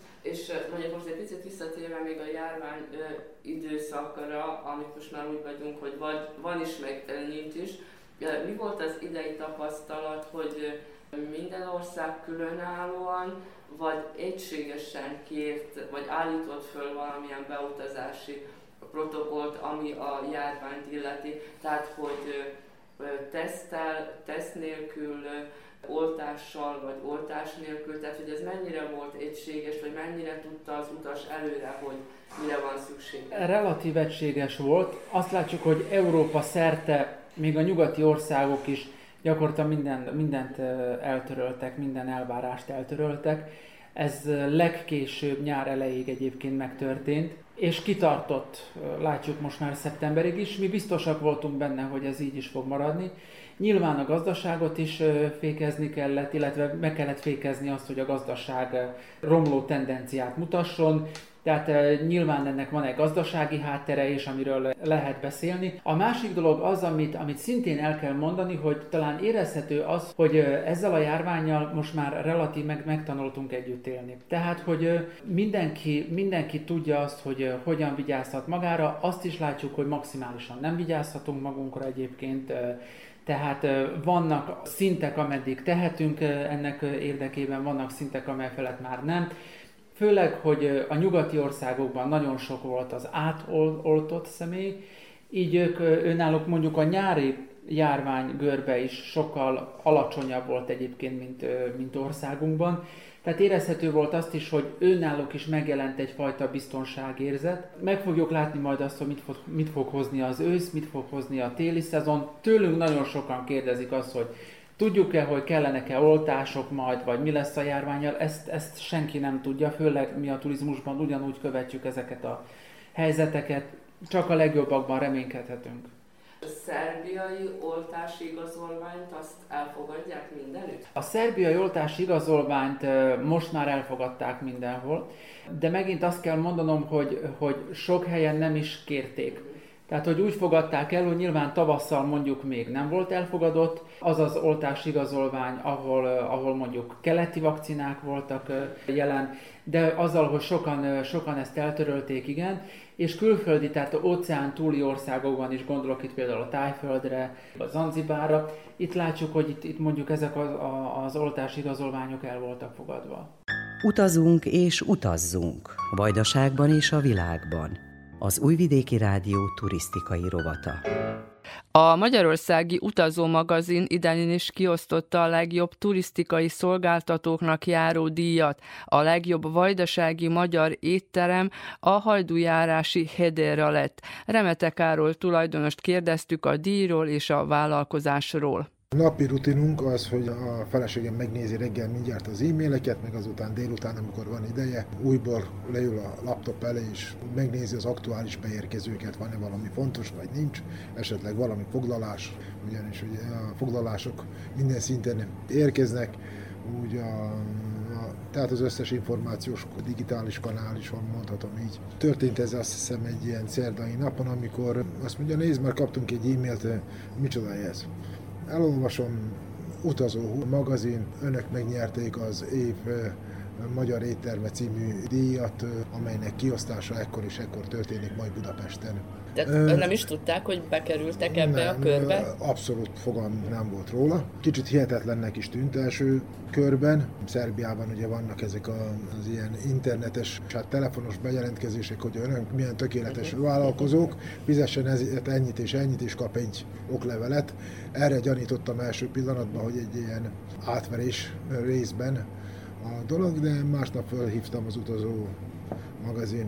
[SPEAKER 2] És mondjuk most egy picit visszatérve még a járvány időszakra, amit most már úgy vagyunk, hogy vagy van is, meg nincs is. Mi volt az idei tapasztalat, hogy minden ország különállóan, vagy egységesen kért, vagy állított föl valamilyen beutazási protokollt, ami a járványt illeti, tehát hogy teszt nélkül, oltással vagy oltás nélkül, tehát hogy ez mennyire volt egységes, vagy mennyire tudta az utas előre, hogy mire van szükség?
[SPEAKER 10] Relatív egységes volt. Azt látjuk, hogy Európa szerte, még a nyugati országok is gyakorlatilag mindent eltöröltek, minden elvárást eltöröltek. Ez legkésőbb nyár elejéig egyébként megtörtént, és kitartott, látjuk most már szeptemberig is. Mi biztosak voltunk benne, hogy ez így is fog maradni. Nyilván a gazdaságot is fékezni kellett, illetve meg kellett fékezni azt, hogy a gazdaság romló tendenciát mutasson. Tehát nyilván ennek van egy gazdasági háttere is, amiről lehet beszélni. A másik dolog az, amit szintén el kell mondani, hogy talán érezhető az, hogy ezzel a járvánnyal most már relatív megtanultunk együtt élni. Tehát, hogy mindenki tudja azt, hogy hogyan vigyázhat magára, azt is látjuk, hogy maximálisan nem vigyázhatunk magunkra egyébként. Tehát vannak szintek, ameddig tehetünk ennek érdekében, vannak szintek, amely felett már nem. Főleg, hogy a nyugati országokban nagyon sok volt az átoltott személy, így önállók mondjuk a nyári járvány görbe is sokkal alacsonyabb volt egyébként, mint országunkban. Tehát érezhető volt azt is, hogy önállók is megjelent egyfajta biztonságérzet. Meg fogjuk látni majd azt, hogy mit fog hozni az ősz, mit fog hozni a téli szezon. Tőlünk nagyon sokan kérdezik azt, hogy tudjuk-e, hogy kellenek-e oltások majd, vagy mi lesz a járvánnyal, ezt senki nem tudja, főleg mi a turizmusban ugyanúgy követjük ezeket a helyzeteket, csak a legjobbakban reménykedhetünk.
[SPEAKER 2] A szerbiai oltási igazolványt azt elfogadják mindenütt?
[SPEAKER 10] A szerbiai oltási igazolványt most már elfogadták mindenhol, de megint azt kell mondanom, hogy sok helyen nem is kérték. Tehát, hogy úgy fogadták el, hogy nyilván tavasszal mondjuk még nem volt elfogadott, az az oltási igazolvány, ahol mondjuk keleti vakcinák voltak jelen, de azzal, hogy sokan ezt eltörölték, igen, és külföldi, tehát óceán túli országokban is, gondolok itt például a Tájföldre, a Zanzibárra, itt látjuk, hogy itt mondjuk ezek az oltási igazolványok el voltak fogadva.
[SPEAKER 9] Utazunk és utazzunk, Vajdaságban és a világban. Az Újvidéki Rádió turisztikai rovata.
[SPEAKER 2] A Magyarországi Utazó magazin idén is kiosztotta a legjobb turisztikai szolgáltatóknak járó díjat. A legjobb vajdasági magyar étterem a hajdújárási Hedera lett. Remete Károly tulajdonost kérdeztük a díjról és a vállalkozásról.
[SPEAKER 11] Napi rutinunk az, hogy a feleségem megnézi reggel mindjárt az e-maileket, meg azután délután, amikor van ideje, újból leül a laptop elé, és megnézi az aktuális beérkezőket, van-e valami fontos, vagy nincs, esetleg valami foglalás, ugyanis ugye a foglalások minden szinten érkeznek, úgy tehát az összes információs digitális kanál is van, mondhatom így. Történt ez azt hiszem egy ilyen szerdai napon, amikor azt mondja, nézd, már kaptunk egy e-mailt, micsoda ez? Elolvasom, Utazó magazin, önök megnyerték az év Magyar Étterme című díjat, amelynek kiosztása ekkor és ekkor történik majd Budapesten.
[SPEAKER 2] Tehát nem is tudták, hogy bekerültek ebbe a körbe?
[SPEAKER 11] Abszolút fogalmunk nem volt róla. Kicsit hihetetlennek is tűnt első körben. Szerbiában ugye vannak ezek az ilyen internetes, telefonos bejelentkezések, hogy önök milyen tökéletes vállalkozók, fizessen ezért ennyit és kap egy oklevelet. Erre gyanítottam első pillanatban, hogy egy ilyen átverés részben a dolog, de másnap felhívtam az Utazó magazin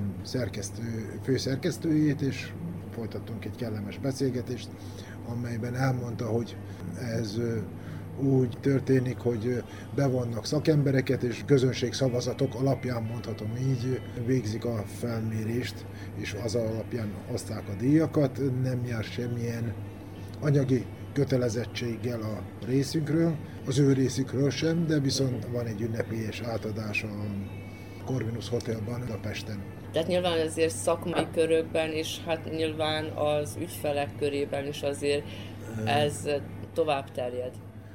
[SPEAKER 11] főszerkesztőjét, és folytattunk egy kellemes beszélgetést, amelyben elmondta, hogy ez úgy történik, hogy bevonnak szakembereket, és közönségszavazatok alapján, mondhatom így, végzik a felmérést, és az alapján oszták a díjakat, nem jár semmilyen anyagi kötelezettséggel a részünkről, az ő részükről sem, de viszont van egy ünnepélyes átadás a Corvinus Hotelban, Budapesten.
[SPEAKER 2] Tehát nyilván azért szakmai körökben, és hát nyilván az ügyfelek körében is azért ez tovább terjed.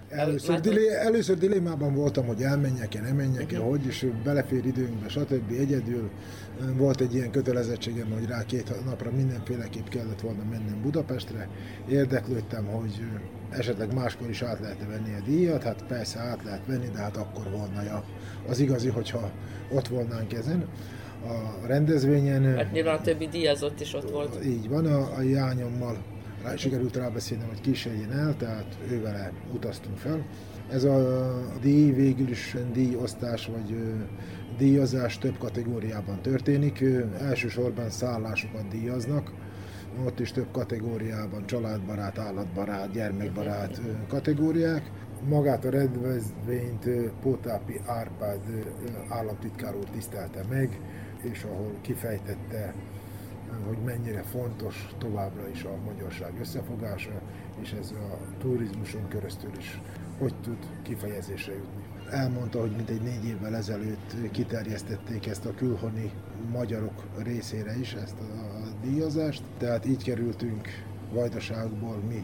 [SPEAKER 11] Először dilemmában voltam, hogy elmenjek-e, nem menjek-e, hogy is belefér időnkbe, stb. Egyedül volt egy ilyen kötelezettségem, hogy rá 2 napra mindenféleképp kellett volna mennem Budapestre. Érdeklődtem, hogy esetleg máskor is át lehet venni a díjat, hát persze át lehet venni, de hát akkor volna az igazi, hogyha ott volnánk ezen a rendezvényen.
[SPEAKER 2] Hát nyilván a többi díjazott is ott volt.
[SPEAKER 11] Így van, a jányommal sikerült rábeszélnem, hogy kísérjen el, tehát ővele utaztunk fel. Ez a díj végül is díjosztás vagy díjazás több kategóriában történik. Elsősorban szállásokat díjaznak, ott is több kategóriában, családbarát, állatbarát, gyermekbarát kategóriák. Magát a rendezvényt Potápi Árpád államtitkár úr tisztelte meg, és ahol kifejtette, hogy mennyire fontos továbbra is a magyarság összefogása, és ez a turizmuson keresztül is hogy tud kifejezésre jutni. Elmondta, hogy mintegy 4 évvel ezelőtt kiterjesztették ezt a külhoni magyarok részére is, ezt a díjazást, tehát így kerültünk Vajdaságból mi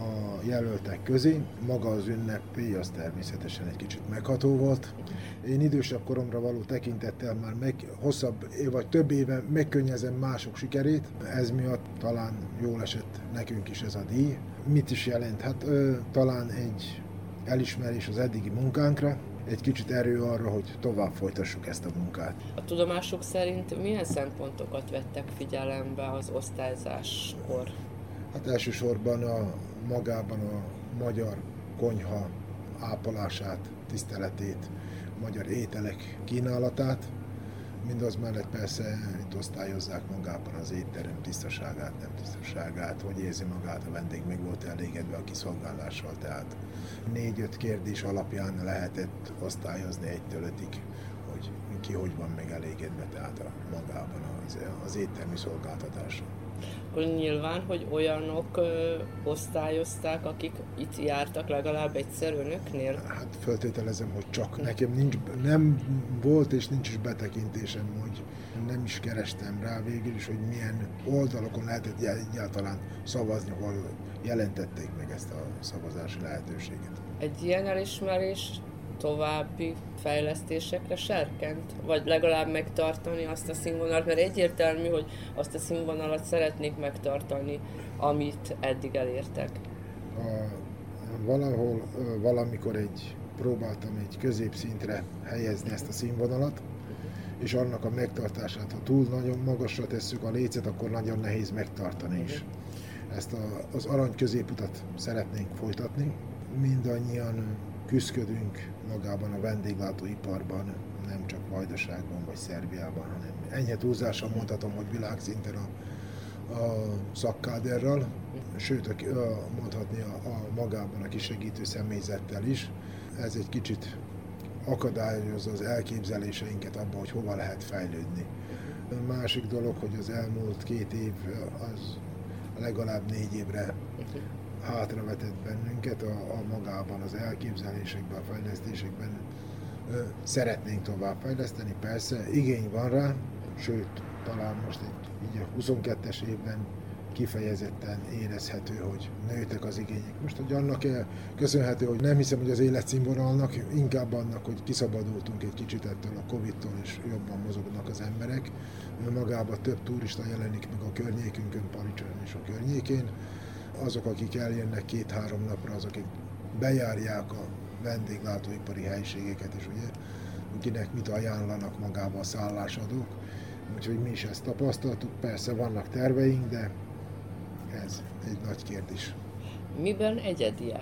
[SPEAKER 11] a jelöltek közé. Maga az ünnepi, az természetesen egy kicsit megható volt. Én idősebb koromra való tekintettel már hosszabb vagy több éve megkönnyezem mások sikerét. Ez miatt talán jól esett nekünk is ez a díj. Mit is jelent? Hát talán egy elismerés az eddigi munkánkra, egy kicsit erő arra, hogy tovább folytassuk ezt a munkát.
[SPEAKER 2] A tudomások szerint milyen szempontokat vettek figyelembe az osztályzáskor?
[SPEAKER 11] Hát elsősorban magában a magyar konyha ápolását, tiszteletét, magyar ételek kínálatát, mindaz mellett persze itt osztályozzák magában az étterem tisztaságát, nem tisztaságát, hogy érzi magát a vendég, meg volt elégedve a kiszolgálással, tehát 4-5 kérdés alapján lehetett osztályozni 1-től 5-ig, hogy ki hogy van megelégedve, tehát magában az éttermi szolgáltatással.
[SPEAKER 2] akkor nyilván, hogy olyanok osztályozták, akik itt jártak legalább egyszer önöknél?
[SPEAKER 11] Hát feltételezem, hogy csak. Nekem nem volt és nincs is betekintésem, hogy nem is kerestem rá végül is, hogy milyen oldalokon lehetett egyáltalán szavazni, hol jelentették meg ezt a szavazási lehetőséget.
[SPEAKER 2] Egy ilyen elismerés további fejlesztésekre serkent? Vagy legalább megtartani azt a színvonalat? Mert egyértelmű, hogy azt a színvonalat szeretnék megtartani, amit eddig elértek.
[SPEAKER 11] Valamikor próbáltam egy középszintre helyezni ezt a színvonalat, és annak a megtartását, ha túl nagyon magasra tesszük a lécet, akkor nagyon nehéz megtartani is. Ezt az arany középutat szeretnénk folytatni. Mindannyian küszködünk magában a vendéglátóiparban, nem csak Vajdaságban vagy Szerbiában, hanem enyhe túlzással mondhatom, hogy világszinten a szakkáderral, sőt mondhatni a magában a kisegítő személyzettel is. Ez egy kicsit akadályozza az elképzeléseinket abban, hogy hova lehet fejlődni. A másik dolog, hogy az elmúlt 2 év az legalább 4 évre hátravetett bennünket a magában, az elképzelésekben, a fejlesztésekben. Szeretnénk továbbfejleszteni, persze, igény van rá, sőt, talán most így a 22-es évben kifejezetten érezhető, hogy nőttek az igények. Most, hogy annak köszönhető, hogy nem hiszem, hogy az életszínvonalnak, inkább annak, hogy kiszabadultunk egy kicsit ettől a Covid-tól, és jobban mozognak az emberek. Magában több turista jelenik meg a környékünkön, Paricson és a környékén. Azok, akik eljönnek 2-3 napra, azok, akik bejárják a vendéglátóipari helységeket, és ugye, kinek mit ajánlanak magába a szállásadók. Úgyhogy mi is ezt tapasztaltuk, persze vannak terveink, de ez egy nagy kérdés.
[SPEAKER 2] Miben egyediek?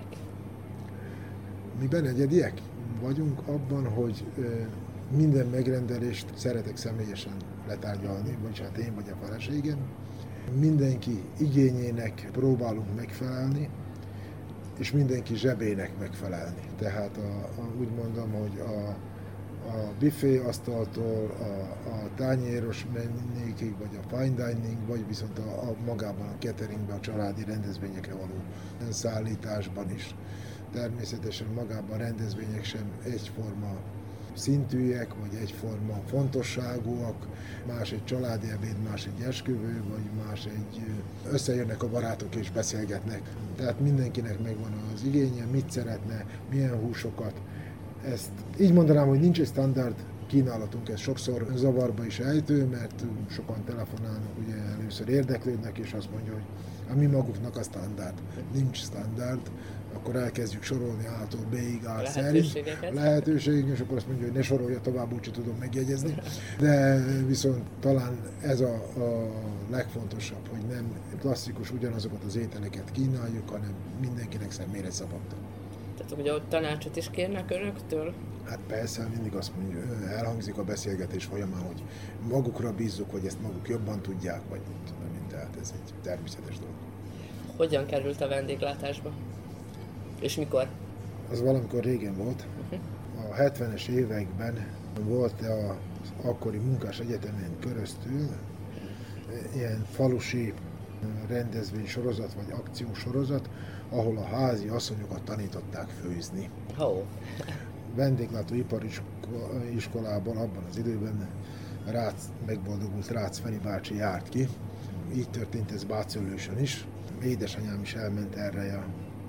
[SPEAKER 11] Miben egyediek? Vagyunk abban, hogy minden megrendelést szeretek személyesen letárgyalni, vagy hát én vagy a feleségem. Mindenki igényének próbálunk megfelelni, és mindenki zsebének megfelelni. Tehát úgy mondom, hogy a buffet asztaltól, a tányéros mennékig, vagy a fine dining, vagy viszont magában a cateringben, a családi rendezvényekre való szállításban is. Természetesen magában a rendezvények sem egyforma szintűek, vagy egyforma fontosságúak, más egy családi ebéd, más egy esküvő, vagy más összejönnek a barátok és beszélgetnek. Tehát mindenkinek megvan az igénye, mit szeretne, milyen húsokat. Ezt így mondanám, hogy nincs egy standard kínálatunk, ez sokszor zavarba is ejtő, mert sokan telefonálnak, ugye először érdeklődnek, és azt mondja, hogy a mi maguknak a standard. Nincs standard, akkor elkezdjük sorolni A-tól B-ig, A szerint lehetőségek, és akkor azt mondja, hogy ne sorolja tovább, úgyse tudom megjegyezni. De viszont talán ez a legfontosabb, hogy nem klasszikus ugyanazokat az ételeket kínáljuk, hanem mindenkinek személyre szabott.
[SPEAKER 2] Tehát ugye ott tanácsot is kérnek önöktől?
[SPEAKER 11] Hát persze, mindig azt mondjuk, elhangzik a beszélgetés folyamán, hogy magukra bízzuk, hogy ezt maguk jobban tudják, vagy tehát ez egy természetes dolog.
[SPEAKER 2] Hogyan került a vendéglátásba? És mikor?
[SPEAKER 11] Az valamikor régen volt. A 70-es években volt az akkori munkás egyetemen köröztül ilyen falusi rendezvénysorozat vagy akciósorozat, ahol a házi asszonyokat tanították főzni. Vendéglátóipari iskolából abban az időben megboldogult Rácz Feri bácsi járt ki. Így történt ez Bácöllősön is. Édesanyám is elment erre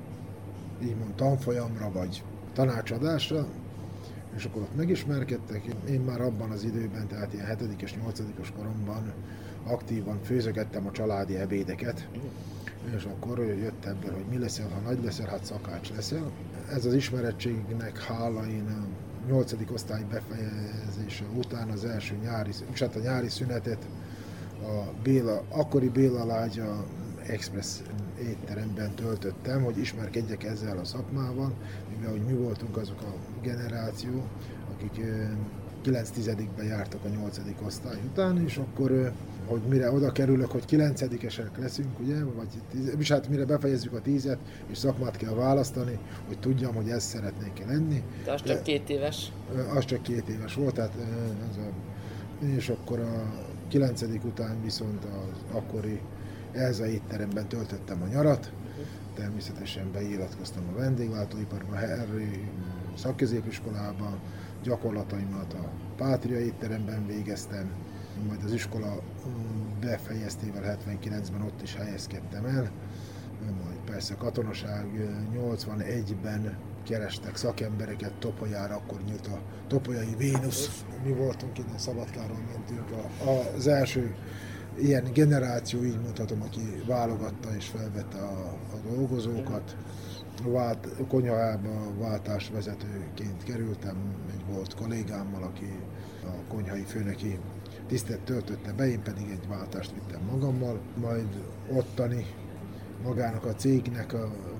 [SPEAKER 11] a tanfolyamra vagy tanácsadásra, és akkor ott megismerkedtek. Én már abban az időben, tehát ilyen 7-es, 8-os koromban aktívan főzögettem a családi ebédeket, és akkor jött ebből, hogy mi leszel, ha nagy leszel, hát szakács leszel. Ez az ismerettségnek hála, én a 8. osztály befejezése után az első nyári szünetet a akkori Béla Lágya Express étteremben töltöttem, hogy ismerkedjek ezzel a szakmával, mivel hogy mi voltunk azok a generáció, akik 9-10-ben jártak a 8. osztály után, és akkor, hogy mire oda kerülök, hogy 9-esek leszünk, ugye, vagy hát mire befejezzük a 10-et, és szakmát kell választani, hogy tudjam, hogy ezt szeretnék lenni.
[SPEAKER 2] De az csak 2 éves?
[SPEAKER 11] Az csak 2 éves volt, tehát és akkor a 9. után viszont az akkori Elza étteremben töltöttem a nyarat, természetesen beiratkoztam a vendéglátóiparba, Herri szakközépiskolába, gyakorlataimat a Pátria étteremben végeztem, majd az iskola befejeztével 79-ben ott is helyezkedtem el, majd persze katonaság 81-ben kerestek szakembereket Topolyára, akkor nyílt a Topolyai Vénusz. Mi voltunk innen Szabadkáról mentünk. Az első ilyen generáció, így mondhatom, aki válogatta és felvette a dolgozókat. Konyhába váltásvezetőként kerültem, egy volt kollégámmal, aki a konyhai főnöki tisztet töltötte be, én pedig egy váltást vittem magammal, majd ottani magának a cégnek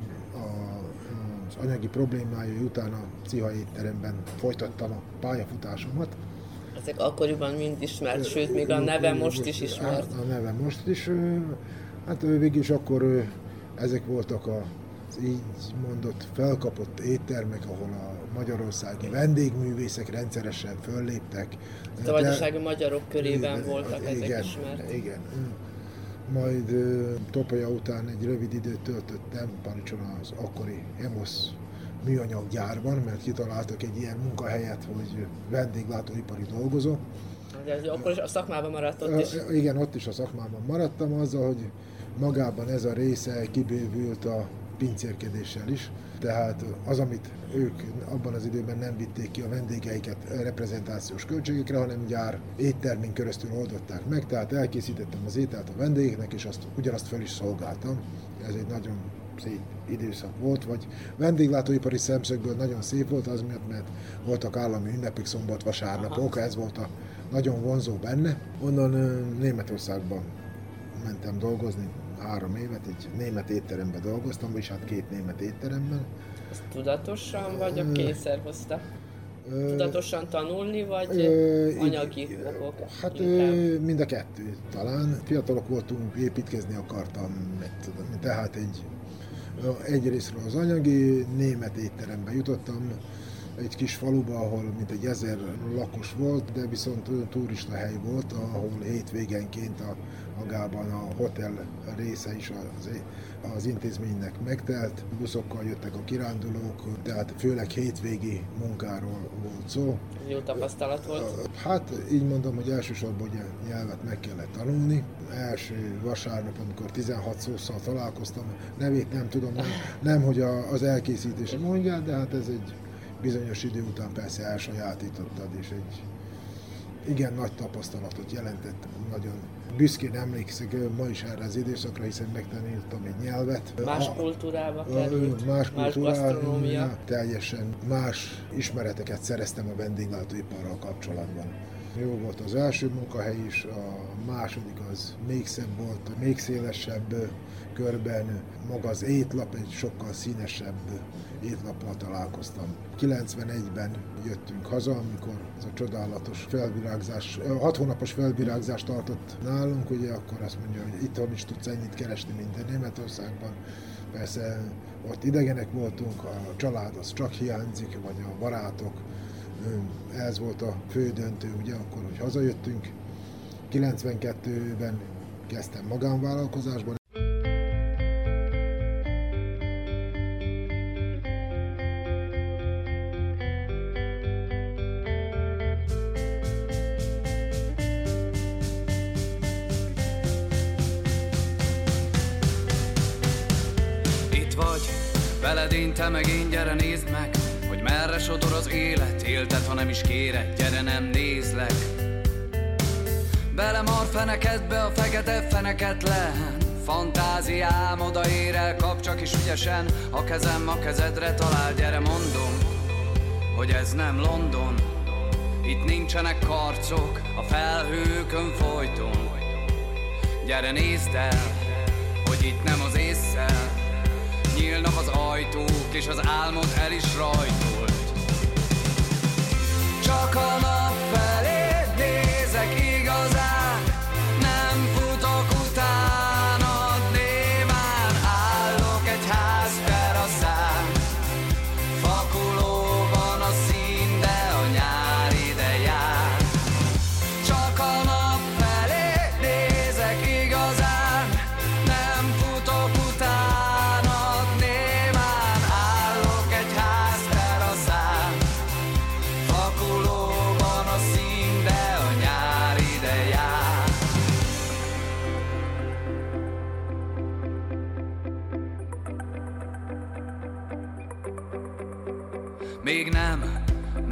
[SPEAKER 11] az anyagi problémája után a Ciha étteremben folytattam a pályafutásomat.
[SPEAKER 2] Ezek akkoriban mind ismert, sőt, még a neve most is ismert.
[SPEAKER 11] A neve most is, hát végül is akkor ezek voltak az így mondott felkapott éttermek, ahol a magyarországi vendégművészek rendszeresen fölléptek.
[SPEAKER 2] A vajdasági magyarok körében voltak ezek ismert.
[SPEAKER 11] Igen. Majd Topolya után egy rövid időt töltöttem Panicson az akkori Hemosz műanyaggyárban, mert kitaláltak egy ilyen munkahelyet, hogy vendéglátóipari dolgozó.
[SPEAKER 2] De akkor is a szakmában maradt ott is?
[SPEAKER 11] Igen, ott is a szakmában maradtam, azzal, hogy magában ez a része kibővült a pincérkedéssel is. Tehát az, amit ők abban az időben nem vitték ki a vendégeiket reprezentációs költségekre, hanem gyár éttermén keresztül oldották meg, tehát elkészítettem az ételt a vendégeknek, és ugyanazt fel is szolgáltam. Ez egy nagyon szép időszak volt, vagy vendéglátóipari szemszögből nagyon szép volt az miatt, mert voltak állami ünnepek, szombat, vasárnapok, ez volt a nagyon vonzó benne. Onnan Németországban mentem dolgozni 3 évet, egy német étteremben dolgoztam, vagyis hát 2 német étteremben.
[SPEAKER 2] Ezt tudatosan, vagy a kényszer hozta? Tudatosan tanulni, vagy anyagi okok?
[SPEAKER 11] Hát mind a kettő talán. Fiatalok voltunk, építkezni akartam, tehát egyrésztről az anyagi, német étterembe jutottam, egy kis faluba, ahol mintegy 1000 lakos volt, de viszont turista hely volt, ahol hétvégenként magában a hotel része is az intézménynek megtelt. Buszokkal jöttek a kirándulók, tehát főleg hétvégi munkáról volt szó.
[SPEAKER 2] Jó tapasztalat volt?
[SPEAKER 11] Hát így mondom, hogy elsősorban ugye nyelvet meg kellett tanulni. Első vasárnap, amikor 16 szószal találkoztam, nevét nem tudom, nem hogy az elkészítés mondja, de hát ez egy bizonyos idő után persze elsajátítottad, és egy igen nagy tapasztalatot jelentett. Nagyon büszkén emlékszek ma is erre az időszakra, hiszen megtanultam egy nyelvet.
[SPEAKER 2] Más kultúrába került, más gasztronómia.
[SPEAKER 11] Teljesen más ismereteket szereztem a vendéglátóiparral kapcsolatban. Jó volt az első munkahely is, a második az még szebb volt, még szélesebb körben. Maga az étlap egy sokkal színesebb étlappal találkoztam. 91-ben jöttünk haza, amikor ez a csodálatos felvirágzás, 6 hónapos felvirágzást tartott nálunk, ugye akkor azt mondja, hogy itthon is tudsz ennyit keresni, mint Németországban. Persze ott idegenek voltunk, a család az csak hiányzik, vagy a barátok. Ez volt a fő döntő, ugye, akkor, hogy hazajöttünk. 92-ben kezdtem magánvállalkozásban.
[SPEAKER 12] Itt vagy, veled én, te meg én, gyere nézd meg, hogy merre sodor az élet, élted, ha nem is kéred, gyere nem nézlek. Belemar fenekedbe a fekete feneketlen fantáziám, odaér el, kap csak is ügyesen, a kezem a kezedre talál, gyere mondom, hogy ez nem London, itt nincsenek karcok a felhőkön folyton. Gyere nézd el, hogy itt nem az ésszel nyílnak az ajtók, és az álmod el is rajtolt. Csak a nap felé nézek igazán, nem futok utánad, némán állok egy ház teraszán. Fakulóban a szín, de a nyár ide jár. Csak a nap felé nézek igazán,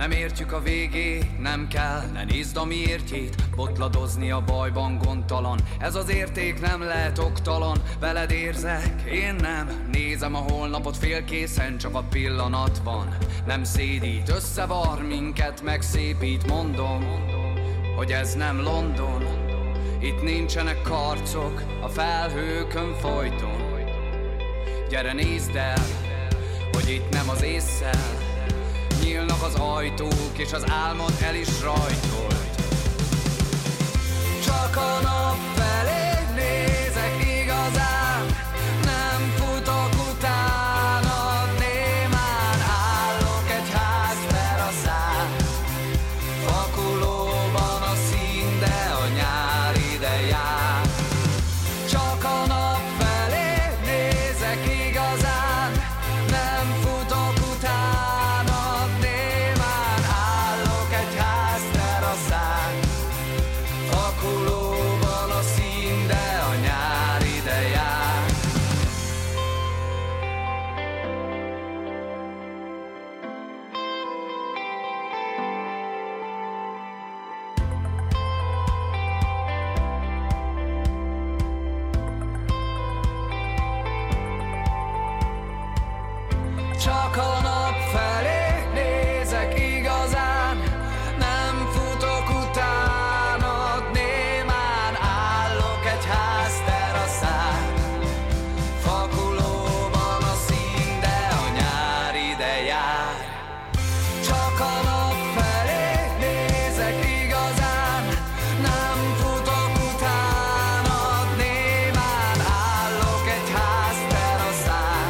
[SPEAKER 12] Nem értjük a végét, nem kell, ne nézd a miértjét, botladozni a bajban gondtalan. Ez az érték nem lehet oktalan, veled érzek, én nem. Nézem a holnapot félkészen, csak a pillanat van. Nem szédít, összevar minket, megszépít, mondom, hogy ez nem London. Itt nincsenek karcok, a felhőkön folyton. Gyere nézd el, hogy itt nem az ésszel nyílnak az ajtók, és az álmod el is rajtolt. Csak a nap felé nézek igazán, nem futok utánad, némán állok egy ház teraszán. Fakulóban a szín, de a nyár ide jár. Csak a nap felé nézek igazán, nem futok utánad, némán állok egy ház teraszán. Fakulóban a szín, de a nyár ide jár. Csak a nap felé nézek igazán, nem futok utánad, némán állok egy ház teraszán. Fakulóban a szín, de a nyár ide jár. Csak a nap felé nézek igazán, nem futok utánad, némán állok egy ház teraszán.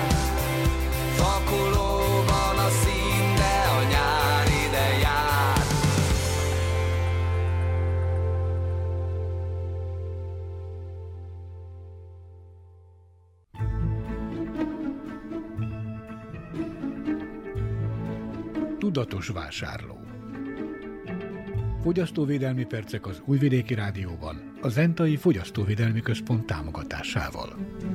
[SPEAKER 12] Fakulóban a szín, de a nyár ide jár.
[SPEAKER 3] Tudatos vásárló. Fogyasztóvédelmi percek az Újvidéki Rádióban, a Zentai Fogyasztóvédelmi Központ támogatásával.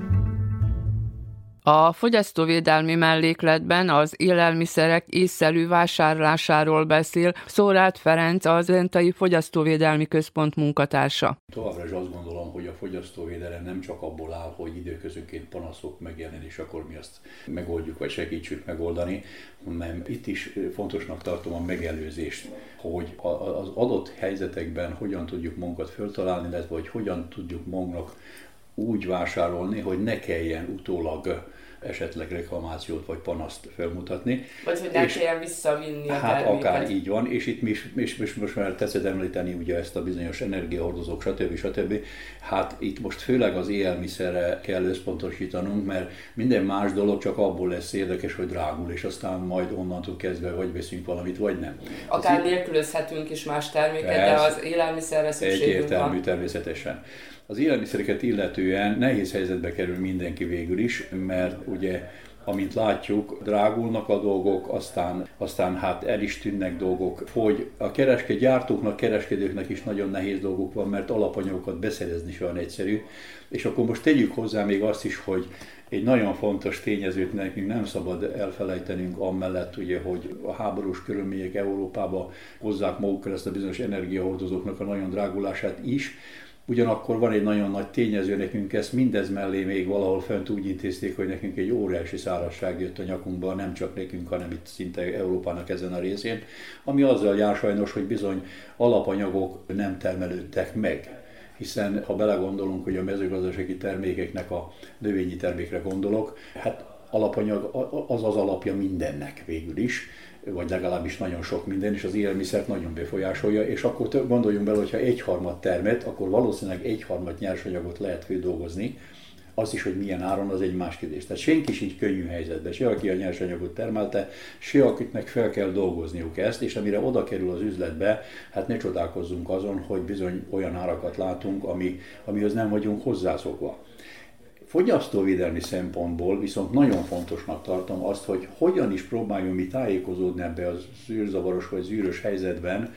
[SPEAKER 2] A fogyasztóvédelmi mellékletben az élelmiszerek észszerű vásárlásáról beszél Szórád Ferenc, a Zentai Fogyasztóvédelmi Központ munkatársa.
[SPEAKER 13] Továbbra is azt gondolom, hogy a fogyasztóvédelem nem csak abból áll, hogy időközönként panaszok megjelen, és akkor mi azt megoldjuk, vagy segítsük megoldani, hanem itt is fontosnak tartom a megelőzést, hogy az adott helyzetekben hogyan tudjuk magunkat föltalálni, illetve hogy hogyan tudjuk magunknak úgy vásárolni, hogy ne kelljen utólag esetleg reklamációt vagy panaszt felmutatni.
[SPEAKER 2] Vagy hogy ne kelljen visszavinni a
[SPEAKER 13] terméket.
[SPEAKER 2] terméket.
[SPEAKER 13] Akár így van, és itt most már tetszett említeni ugye ezt a bizonyos energiahordozók, stb. Hát itt most főleg az élelmiszerre kell összpontosítanunk, mert minden más dolog csak abból lesz érdekes, hogy drágul, és aztán majd onnantól kezdve vagy veszünk valamit, vagy nem.
[SPEAKER 2] Akár nélkülözhetünk is más terméket, de az élelmiszerre szükségünk van.
[SPEAKER 13] Egyértelmű, természetesen. Az élelmiszereket illetően nehéz helyzetbe kerül mindenki végül is, mert ugye, amint látjuk, drágulnak a dolgok, aztán hát el is tűnnek dolgok, hogy a gyártóknak, kereskedőknek is nagyon nehéz dolgok van, mert alapanyagokat beszerezni is olyan egyszerű. És akkor most tegyük hozzá még azt is, hogy egy nagyon fontos tényezőt nekünk nem szabad elfelejtenünk amellett, ugye, hogy a háborús körülmények Európába hozzák magukkal ezt a bizonyos energiahordozóknak a nagyon drágulását is. Ugyanakkor van egy nagyon nagy tényező nekünk, ezt mindez mellé még valahol fönt úgy intézték, hogy nekünk egy óriási szárazság jött a nyakunkba, nem csak nekünk, hanem itt szinte Európának ezen a részén, ami azzal jár sajnos, hogy bizony alapanyagok nem termelődtek meg. Hiszen ha belegondolunk, hogy a mezőgazdasági termékeknek, a növényi termékre gondolok, hát alapanyag az alapja mindennek végül is, vagy legalábbis nagyon sok minden, és az élelmiszert nagyon befolyásolja, és akkor gondoljunk bele, hogyha 1/3 termet, akkor valószínűleg 1/3 nyersanyagot lehet feldolgozni, az is, hogy milyen áron, az egy más kérdés. Tehát senki sincs könnyű helyzetben, se aki a nyersanyagot termelte, se akiknek fel kell dolgozniuk ezt, és amire oda kerül az üzletbe, hát ne csodálkozzunk azon, hogy bizony olyan árakat látunk, amihoz nem vagyunk hozzászokva. Fogyasztóvédelmi szempontból viszont nagyon fontosnak tartom azt, hogy hogyan is próbáljunk mi tájékozódni ebbe a zűrzavaros vagy zűrös helyzetben,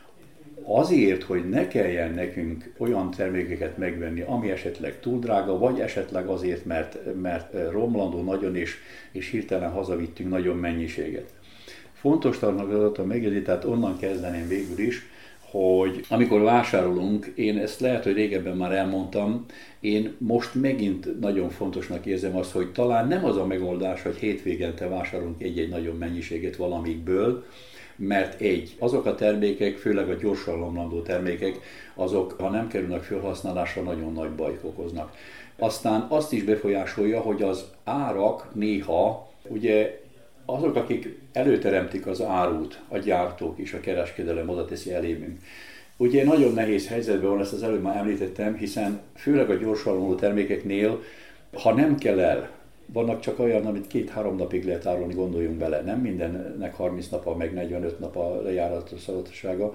[SPEAKER 13] azért, hogy ne kelljen nekünk olyan termékeket megvenni, ami esetleg túl drága, vagy esetleg azért, mert romlandó nagyon, és hirtelen hazavittünk nagyon mennyiséget. Fontos tartalmat megjegyzni, tehát onnan kezdeném végül is, hogy amikor vásárolunk, én ezt lehet, hogy régebben már elmondtam, én most megint nagyon fontosnak érzem azt, hogy talán nem az a megoldás, hogy hétvégente vásárolunk egy-egy nagyon mennyiséget valamikből, mert azok a termékek, főleg a gyorsan romlandó termékek, azok, ha nem kerülnek felhasználásra, nagyon nagy bajt okoznak. Aztán azt is befolyásolja, hogy az árak néha, ugye azok, akik előteremtik az árut, a gyártók és a kereskedelem oda teszi elémünk. Ugye nagyon nehéz helyzetben van, ezt az előbb már említettem, hiszen főleg a gyorsan romló termékeknél, ha nem kell el, vannak csak olyan, amit 2-3 napig lehet árulni, gondoljunk bele. Nem mindennek 30 nap, meg 45 nap a lejáratossága.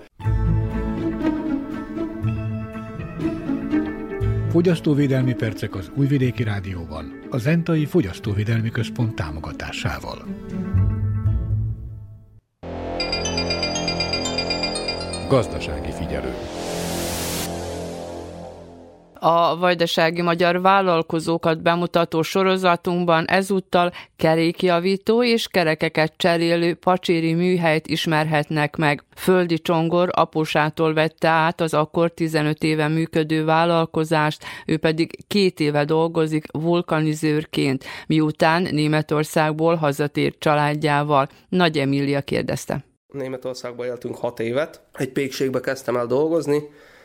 [SPEAKER 3] Fogyasztóvédelmi percek az Újvidéki Rádióban, a Zentai Fogyasztóvédelmi Központ támogatásával. Gazdasági figyelő.
[SPEAKER 2] A vajdasági magyar vállalkozókat bemutató sorozatunkban ezúttal kerékjavító és kerekeket cserélő pacséri műhelyt ismerhetnek meg. Földi Csongor apósától vette át az akkor 15 éve működő vállalkozást, ő pedig 2 éve dolgozik vulkanizőrként, miután Németországból hazatért családjával. Nagy Emília kérdezte.
[SPEAKER 14] Németországban éltünk 6 évet. Egy pékségbe kezdtem el dolgozni,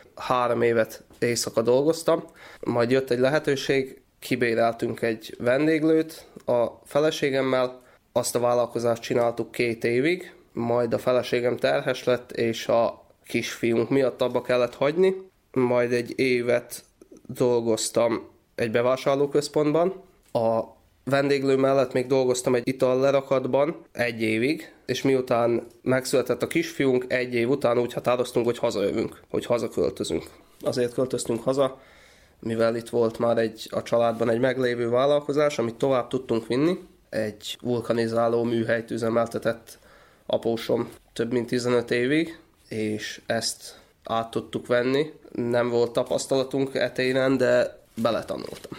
[SPEAKER 14] 3 évet éjszaka dolgoztam, majd jött egy lehetőség, kibéreltünk egy vendéglőt a feleségemmel, azt a vállalkozást csináltuk 2 évig, majd a feleségem terhes lett, és a kisfiunk miatt abba kellett hagyni, majd 1 évet dolgoztam egy bevásárlóközpontban, a vendéglő mellett még dolgoztam egy itallerakatban 1 évig, és miután megszületett a kisfiunk, 1 év után úgy határoztunk, hogy hazajövünk, hogy hazaköltözünk. Azért költöztünk haza, mivel itt volt már a családban egy meglévő vállalkozás, amit tovább tudtunk vinni. Egy vulkanizáló műhelyt üzemeltetett apósom több mint 15 évig, és ezt át tudtuk venni. Nem volt tapasztalatunk etéren, de beletanultunk.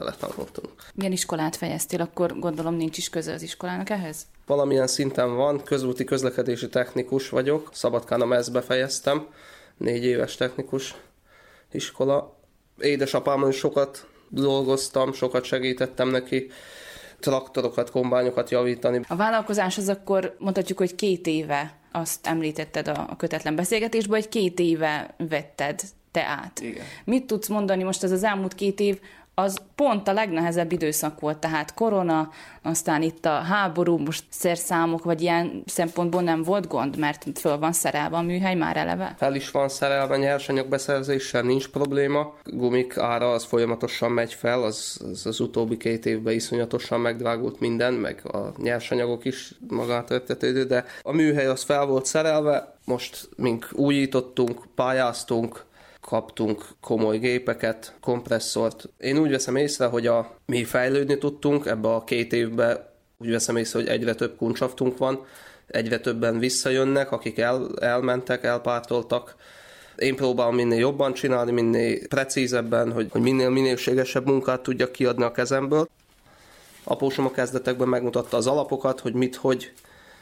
[SPEAKER 15] Milyen iskolát fejeztél, akkor gondolom nincs is köze az iskolának ehhez?
[SPEAKER 14] Valamilyen szinten van, közúti közlekedési technikus vagyok, Szabadkán a MESZ-be fejeztem, 4 éves technikus iskola. Édesapámon is sokat dolgoztam, sokat segítettem neki, traktorokat, kombányokat javítani.
[SPEAKER 15] A vállalkozás az akkor mondhatjuk, hogy 2 éve, azt említetted a kötetlen beszélgetésben, hogy 2 éve vetted te át.
[SPEAKER 14] Igen.
[SPEAKER 15] Mit tudsz mondani most az elmúlt 2 év, az pont a legnehezebb időszak volt, tehát korona, aztán itt a háború, most szerszámok, vagy ilyen szempontból nem volt gond, mert föl van szerelve a műhely már eleve?
[SPEAKER 14] Fel is van szerelve, nyersanyag beszerzéssel nincs probléma. Gumik ára az folyamatosan megy fel, az utóbbi 2 évben iszonyatosan megdrágult minden, meg a nyersanyagok is magát értetődő, de a műhely az fel volt szerelve, most mink újítottunk, pályáztunk, kaptunk komoly gépeket, kompresszort. Én úgy veszem észre, hogy mi fejlődni tudtunk ebbe a 2 évben, úgy veszem észre, hogy egyre több kuncsaftunk van, egyre többen visszajönnek, akik elmentek, elpártoltak. Én próbálom minél jobban csinálni, minél precízebben, hogy minél minőségesebb munkát tudjak kiadni a kezemből. Apósom a kezdetekben megmutatta az alapokat, hogy mit, hogy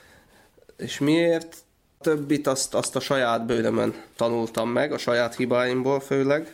[SPEAKER 14] és miért. Többit azt a saját bőrömön tanultam meg, a saját hibáimból főleg.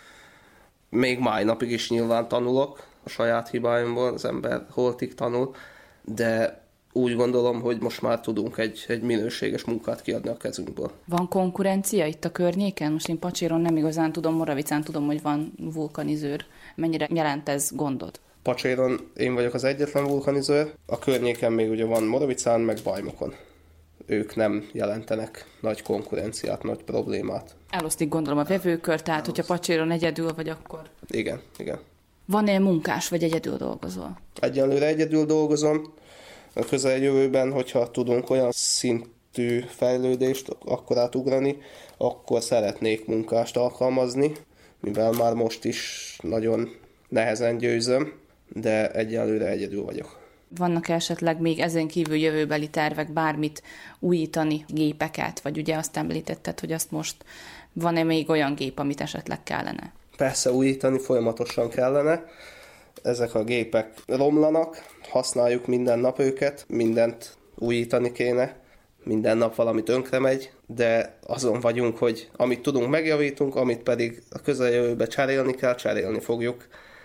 [SPEAKER 14] Még mai napig is nyilván tanulok a saját hibáimból, az ember holtig tanul, de úgy gondolom, hogy most már tudunk egy minőséges munkát kiadni a kezünkből.
[SPEAKER 15] Van konkurencia itt a környéken? Most én Pacséron nem igazán tudom, Moravicán tudom, hogy van vulkanizőr. Mennyire jelent ez gondot?
[SPEAKER 14] Pacséron én vagyok az egyetlen vulkanizőr, a környéken még ugye van Moravicán, meg Bajmokon. Ők nem jelentenek nagy konkurenciát, nagy problémát.
[SPEAKER 15] Elosztik gondolom a vevőkör, tehát hogyha Pacséron egyedül vagy, akkor...
[SPEAKER 14] Igen.
[SPEAKER 15] Van-e munkás, vagy egyedül dolgozol?
[SPEAKER 14] Egyelőre egyedül dolgozom. A közeljövőben, hogyha tudunk olyan szintű fejlődést akkor átugrani, akkor szeretnék munkást alkalmazni, mivel már most is nagyon nehezen győzöm, de egyelőre egyedül vagyok.
[SPEAKER 15] Vannak esetleg még ezen kívül jövőbeli tervek bármit újítani, gépeket, vagy ugye azt említetted, hogy azt most van-e még olyan gép, amit esetleg kellene?
[SPEAKER 14] Persze újítani folyamatosan kellene. Ezek a gépek romlanak, használjuk minden nap őket, mindent újítani kéne. minden nap valami tönkre megy, de azon vagyunk, hogy amit tudunk, megjavítunk, amit pedig a közeljövőben cserélni kell, cserélni fogjuk.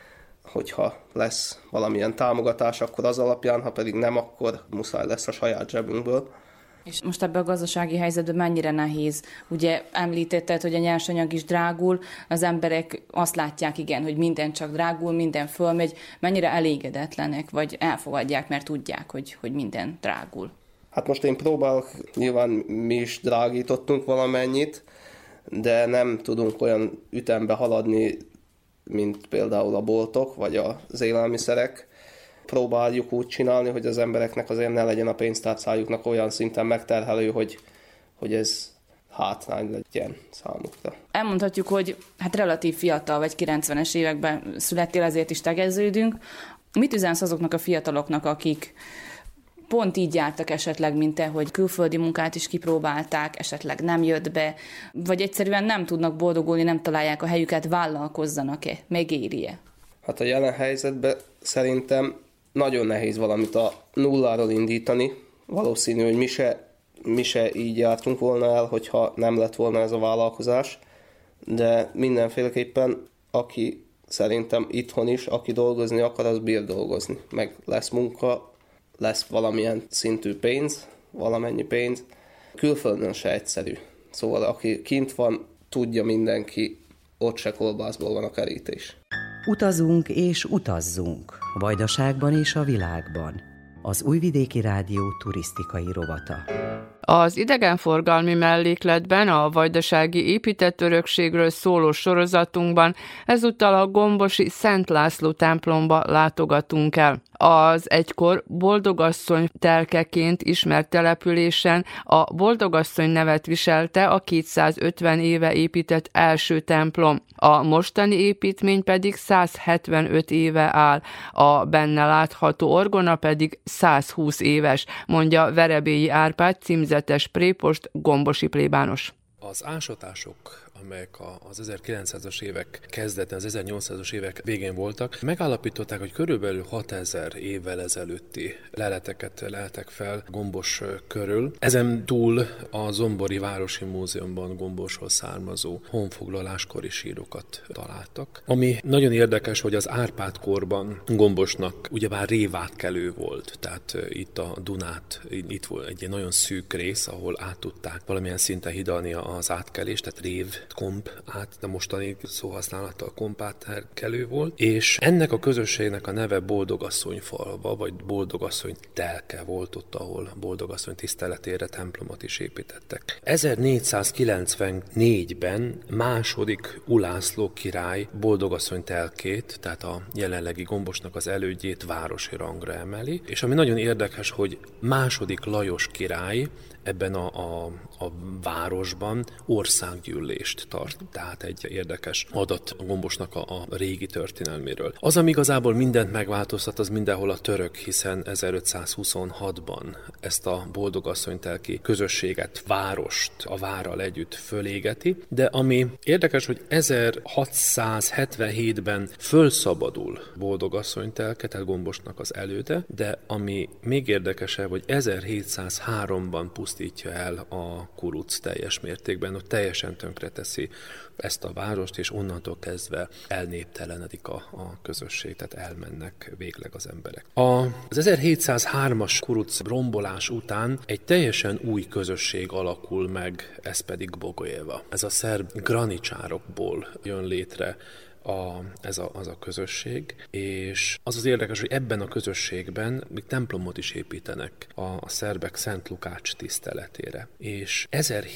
[SPEAKER 14] Hogyha lesz valamilyen támogatás, akkor az alapján, ha pedig nem, akkor muszáj lesz a saját zsebünkből.
[SPEAKER 15] És most ebben a gazdasági helyzetben mennyire nehéz? Ugye említetted, hogy a nyersanyag is drágul, az emberek azt látják, igen, hogy minden csak drágul, minden fölmegy. Mennyire elégedetlenek, vagy elfogadják, mert tudják, hogy minden drágul?
[SPEAKER 14] Hát most én próbálok, nyilván mi is drágítottunk valamennyit, de nem tudunk olyan ütembe haladni, mint például a boltok, vagy az élelmiszerek. Próbáljuk úgy csinálni, hogy az embereknek azért ne legyen a pénztárcájuknak olyan szinten megterhelő, hogy ez hátrány legyen számukra.
[SPEAKER 15] Elmondhatjuk, hogy hát relatív fiatal vagy 90-es években születtél, ezért is tegeződünk. Mit üzensz azoknak a fiataloknak, akik pont így jártak esetleg, mint te, hogy külföldi munkát is kipróbálták, esetleg nem jött be, vagy egyszerűen nem tudnak boldogulni, nem találják a helyüket, vállalkozzanak-e, megéri-e?
[SPEAKER 14] Hát a jelen helyzetben szerintem nagyon nehéz valamit a nulláról indítani. Valószínű, hogy mi se így jártunk volna el, hogyha nem lett volna ez a vállalkozás, de mindenféleképpen aki szerintem itthon is, aki dolgozni akar, az bír dolgozni. Meg lesz munka, lesz valamilyen szintű pénz, valamennyi pénz. Külföldön se egyszerű. Szóval aki kint van, tudja mindenki, ott se kolbászból van a kerítés.
[SPEAKER 9] Utazunk és utazzunk. Vajdaságban és a világban. Az Újvidéki Rádió turisztikai rovata.
[SPEAKER 2] Az idegenforgalmi mellékletben a vajdasági épített örökségről szóló sorozatunkban ezúttal a gombosi Szent László templomba látogatunk el. Az egykor Boldogasszony telkeként ismert településen a Boldogasszony nevet viselte a 250 éve épített első templom. A mostani építmény pedig 175 éve áll, a benne látható orgona pedig 120 éves, mondja Verebélyi Árpád címzetes prépost, gombosi plébános.
[SPEAKER 16] Az ásatások, amelyek az 1900-as évek kezdetén, az 1800-as évek végén voltak, megállapították, hogy körülbelül 6000 évvel ezelőtti leleteket leltek fel Gombos körül. Ezen túl a Zombori Városi Múzeumban Gomboshoz származó honfoglaláskori sírokat találtak. Ami nagyon érdekes, hogy az Árpád korban Gombosnak ugyebár révátkelő volt, tehát itt a Dunát, itt volt egy nagyon szűk rész, ahol át tudták valamilyen szinten hidalni az átkelést, tehát rév, komp át, de mostani szóhasználattal kompátkelő volt, és ennek a közösségnek a neve Boldogasszony falva, vagy Boldogasszony telke volt ott, ahol Boldogasszony tiszteletére templomot is építettek. 1494-ben második Ulászló király Boldogasszony telkét, tehát a jelenlegi Gombosnak az elődjét városi rangra emeli, és ami nagyon érdekes, hogy második Lajos király ebben a városban országgyűlést tart. Tehát egy érdekes adat a Gombosnak a régi történelméről. Az, ami igazából mindent megváltoztat, az mindenhol a török, hiszen 1526-ban ezt a Boldogasszonytelki közösséget, várost a várral együtt fölégeti, de ami érdekes, hogy 1677-ben fölszabadul Boldogasszonytelke, tehát Gombosnak az előde, de ami még érdekesebb, hogy 1703-ban pusztítja el a kuruc teljes mértékben, hogy teljesen tönkreteszi ezt a várost, és onnantól kezdve elnéptelenedik a közösség, tehát elmennek végleg az emberek. Az 1703-as kuruc rombolás után egy teljesen új közösség alakul meg, ez pedig Bogojeva. Ez a szerb granicsárokból jön létre az a közösség, és az érdekes, hogy ebben a közösségben még templomot is építenek a szerbek Szent Lukács tiszteletére. És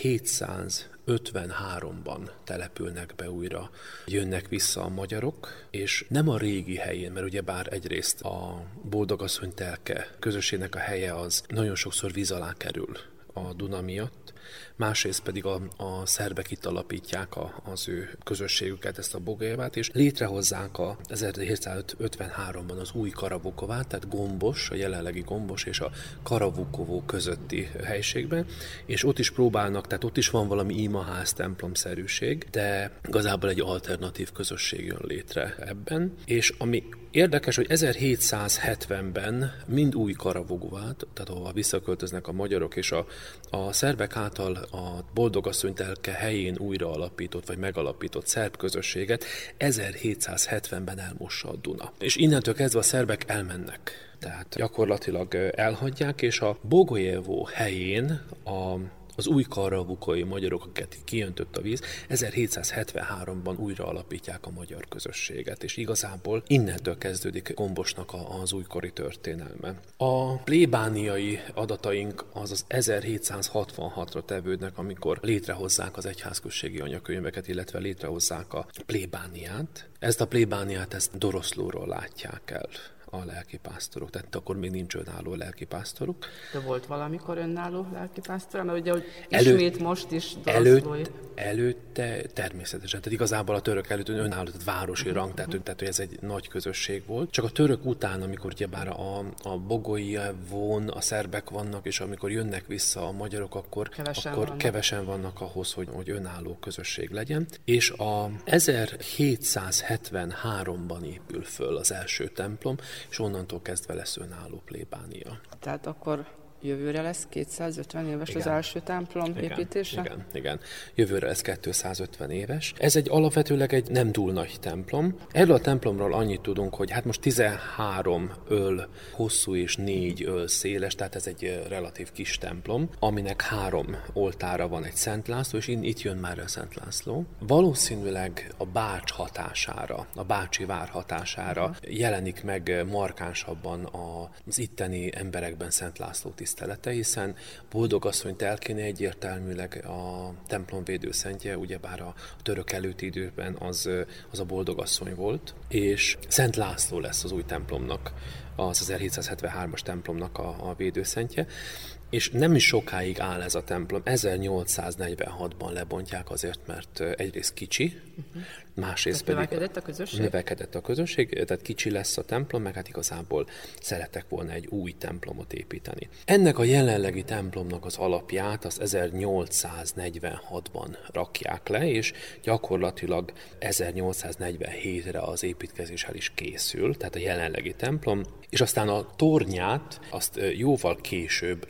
[SPEAKER 16] 1753-ban települnek be újra, jönnek vissza a magyarok, és nem a régi helyén, mert ugyebár egyrészt a Boldogasszony telke közösségnek a helye az nagyon sokszor víz alá kerül a Duna miatt, másrészt pedig a szerbek itt alapítják az ő közösségüket, ezt a Bogojevát, és létrehozzák a 1753-ban az új Karavukovát, tehát Gombos, a jelenlegi Gombos és a Karavukovó közötti helységben, és ott is próbálnak, tehát ott is van valami imaház templomszerűség, de igazából egy alternatív közösség jön létre ebben, és ami érdekes, hogy 1770-ben mind új Karavukovát, tehát ahova visszaköltöznek a magyarok, és a szerbek által a Boldogasszony telke helyén újra alapított, vagy megalapított szerb közösséget 1770-ben elmossa a Duna. És innentől kezdve a szerbek elmennek. Tehát gyakorlatilag elhagyják, és a Bogojevó helyén az új karavukai magyarok, akiket kijöntött a víz, 1773-ban újra alapítják a magyar közösséget, és igazából innentől kezdődik Gombosnak az újkori történelme. A plébániai adataink az 1766-ra tevődnek, amikor létrehozzák az egyházközségi anyakönyveket, illetve létrehozzák a plébániát. Ezt a plébániát Doroszlóról látják el a lelkipásztorok, tehát akkor még nincs önálló lelkipásztoruk.
[SPEAKER 2] De volt valamikor önálló lelkipásztor, mert ugye, hogy ismét most is Doroszlói.
[SPEAKER 16] Előtte természetesen, tehát igazából a török előtt önálló, tehát városi rang, tehát hogy ez egy nagy közösség volt. Csak a török után, amikor ugyebár a Bogojevón a szerbek vannak, és amikor jönnek vissza a magyarok, akkor kevesen vannak ahhoz, hogy önálló közösség legyen. És a 1773-ban épül föl az első templom, és onnantól kezdve lesz önálló plébánia.
[SPEAKER 2] Tehát akkor jövőre lesz 250 éves az első templom építése?
[SPEAKER 16] Igen. Jövőre lesz 250 éves. Ez alapvetőleg egy nem túl nagy templom. Erről a templomról annyit tudunk, hogy hát most 13 öl hosszú és 4 öl széles, tehát ez egy relatív kis templom, aminek 3 oltára van egy Szent László, és itt jön már a Szent László. Valószínűleg a Bács hatására, a bácsi vár hatására jelenik meg markánsabban az itteni emberekben Szent László tisztelete, hiszen Boldogasszony telkénél egyértelműleg a templom védőszentje, ugyebár a török előtti időben az a Boldogasszony volt, és Szent László lesz az új templomnak, az 1773-as templomnak a védőszentje, és nem is sokáig áll ez a templom. 1846-ban lebontják azért, mert egyrészt kicsi, másrészt pedig növekedett a közösség, tehát kicsi lesz a templom, meg hát igazából szerettek volna egy új templomot építeni. Ennek a jelenlegi templomnak az alapját az 1846-ban rakják le, és gyakorlatilag 1847-re az építkezés el is készül, tehát a jelenlegi templom, és aztán a tornyát azt jóval később,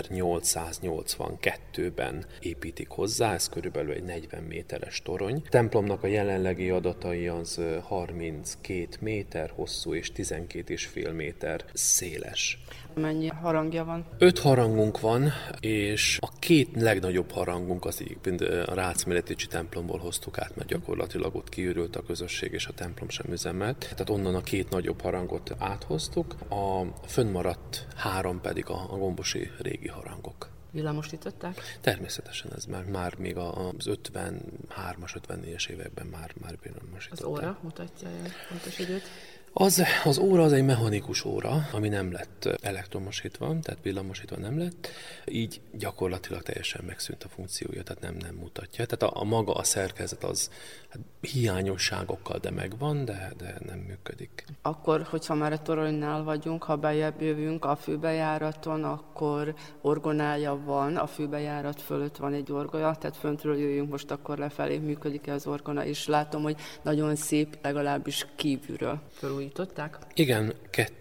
[SPEAKER 16] 1882-ben építik hozzá, ez körülbelül egy 40 méteres torony. A templomnak a jelenlegi adatai az 32 méter hosszú és 12,5 méter széles.
[SPEAKER 2] Mennyi harangja van?
[SPEAKER 16] 5 harangunk van, és a 2 legnagyobb harangunk az egyébként a Rácz-Mileticsi templomból hoztuk át, mert gyakorlatilag ott kiürült a közösség, és a templom sem üzemelt. Tehát onnan a 2 nagyobb harangot áthoztuk, a fönnmaradt 3 pedig a gombosi régi harangok.
[SPEAKER 2] Villamosították?
[SPEAKER 16] Természetesen ez már még az 53-as, 54-es években már villamosították.
[SPEAKER 2] Az óra mutatja a pontos időt?
[SPEAKER 16] Az óra az egy mechanikus óra, ami nem lett elektromosítva, tehát villamosítva nem lett, így gyakorlatilag teljesen megszűnt a funkciója, tehát nem mutatja. Tehát a maga a szerkezet az hiányosságokkal, de megvan, de nem működik.
[SPEAKER 2] Akkor, hogyha már a toronynál vagyunk, ha bejebb jövünk a főbejáraton, akkor orgonája van, a főbejárat fölött van egy orgona, tehát föntről jöjjünk most akkor lefelé, működik-e az orgona, és látom, hogy nagyon szép, legalábbis kívülről. Felújították?
[SPEAKER 16] Igen,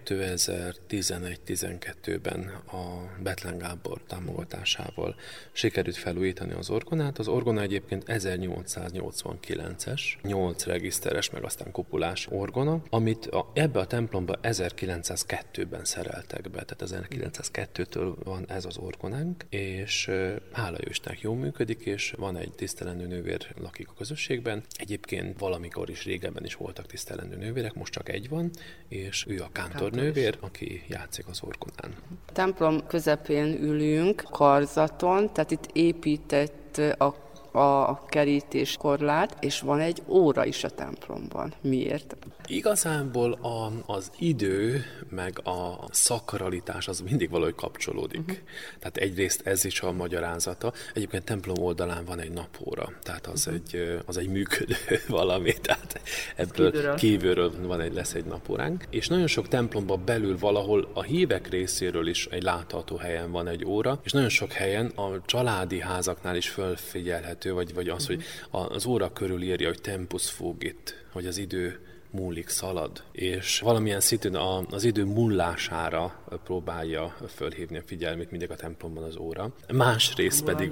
[SPEAKER 16] 2011-12-ben a Bethlen Gábor támogatásával sikerült felújítani az orgonát. Az orgona egyébként 1889-es, 8 regiszteres, meg aztán kopulás orgona, amit ebbe a templomba 1902-ben szereltek be, tehát 1902-től van ez az orgonánk, és hála jó Istennek jól működik, és van egy tisztelendő nővér lakik a közösségben. Egyébként valamikor is régebben is voltak tisztelendő nővérek, most csak egy van, és ő a kántornővér, aki játszik az orgonán.
[SPEAKER 2] A templom közepén ülünk, karzaton, tehát itt épített a a kerítés korlát, és van egy óra is a templomban. Miért?
[SPEAKER 16] Igazából az idő, meg a szakralitás az mindig valahogy kapcsolódik. Tehát egyrészt ez is a magyarázata. Egyébként templom oldalán van egy napóra, tehát az egy működő valami, tehát ebből kívülről lesz egy napóránk. És nagyon sok templomban belül valahol a hívek részéről is egy látható helyen van egy óra, és nagyon sok helyen a családi házaknál is fölfigyelhető, vagy az, hogy az óra körül írja, hogy tempus fugit, hogy az idő múlik, szalad, és valamilyen szintén az idő múlására próbálja fölhívni a figyelmét mindig a templomban az óra. Másrészt pedig,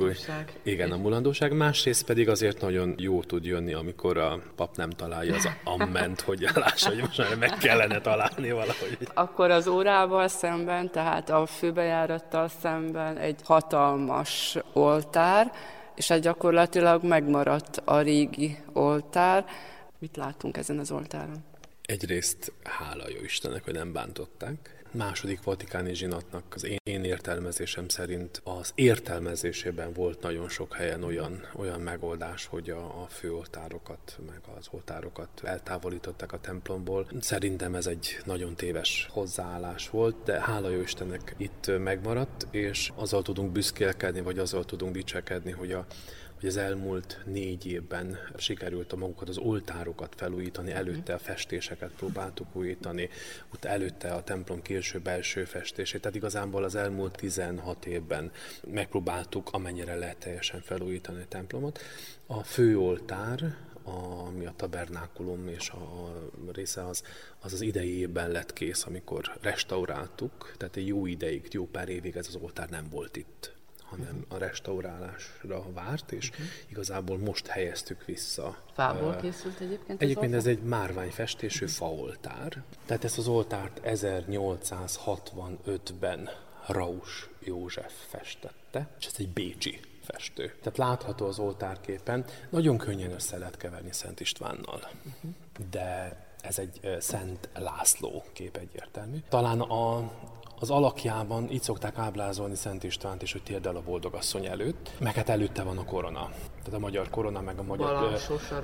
[SPEAKER 16] a mulandóság, másrészt pedig azért nagyon jó tud jönni, amikor a pap nem találja az amment, hogy lássa, hogy most már meg kellene találni valahogy.
[SPEAKER 2] Akkor az órával szemben, tehát a főbejárattal szemben egy hatalmas oltár, és hát gyakorlatilag megmaradt a régi oltár. Mit látunk ezen az oltáron?
[SPEAKER 16] Egyrészt hála jó Istennek, hogy nem bántották. Második vatikáni zsinatnak az én értelmezésem szerint az értelmezésében volt nagyon sok helyen olyan megoldás, hogy a főoltárokat, meg az oltárokat eltávolították a templomból. Szerintem ez egy nagyon téves hozzáállás volt, de hála jó Istennek itt megmaradt, és azzal tudunk büszkélkedni, vagy azzal tudunk dicsekedni, hogy az elmúlt 4 évben sikerült magukat az oltárokat felújítani, előtte a festéseket próbáltuk újítani, előtte a templom külső-belső festését, tehát igazából az elmúlt 16 évben megpróbáltuk amennyire lehet teljesen felújítani a templomot. A főoltár, ami a tabernákulum és a része az idei évben lett kész, amikor restauráltuk, tehát egy jó ideig, jó pár évig ez az oltár nem volt itt, hanem a restaurálásra várt, és igazából most helyeztük vissza.
[SPEAKER 2] Fából készült egyébként?
[SPEAKER 16] Egyébként ez egy márványfestésű faoltár. Tehát ezt az oltárt 1865-ben Rausch József festette, és ez egy bécsi festő. Tehát látható az oltárképen, nagyon könnyen össze lehet keverni Szent Istvánnal, de ez egy Szent László kép egyértelmű. Talán az alakjában így szokták ábrázolni Szent Istvánt is, hogy térdel a boldogasszony előtt, meg hát előtte van a korona. Tehát a magyar korona, meg a magyar...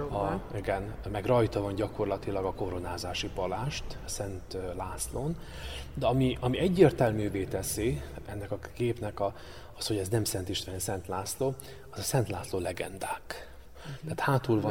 [SPEAKER 16] Igen, meg rajta van gyakorlatilag a koronázási palást, Szent Lászlón. De ami egyértelművé teszi ennek a képnek az, hogy ez nem Szent István, Szent László, az a Szent László legendák. Tehát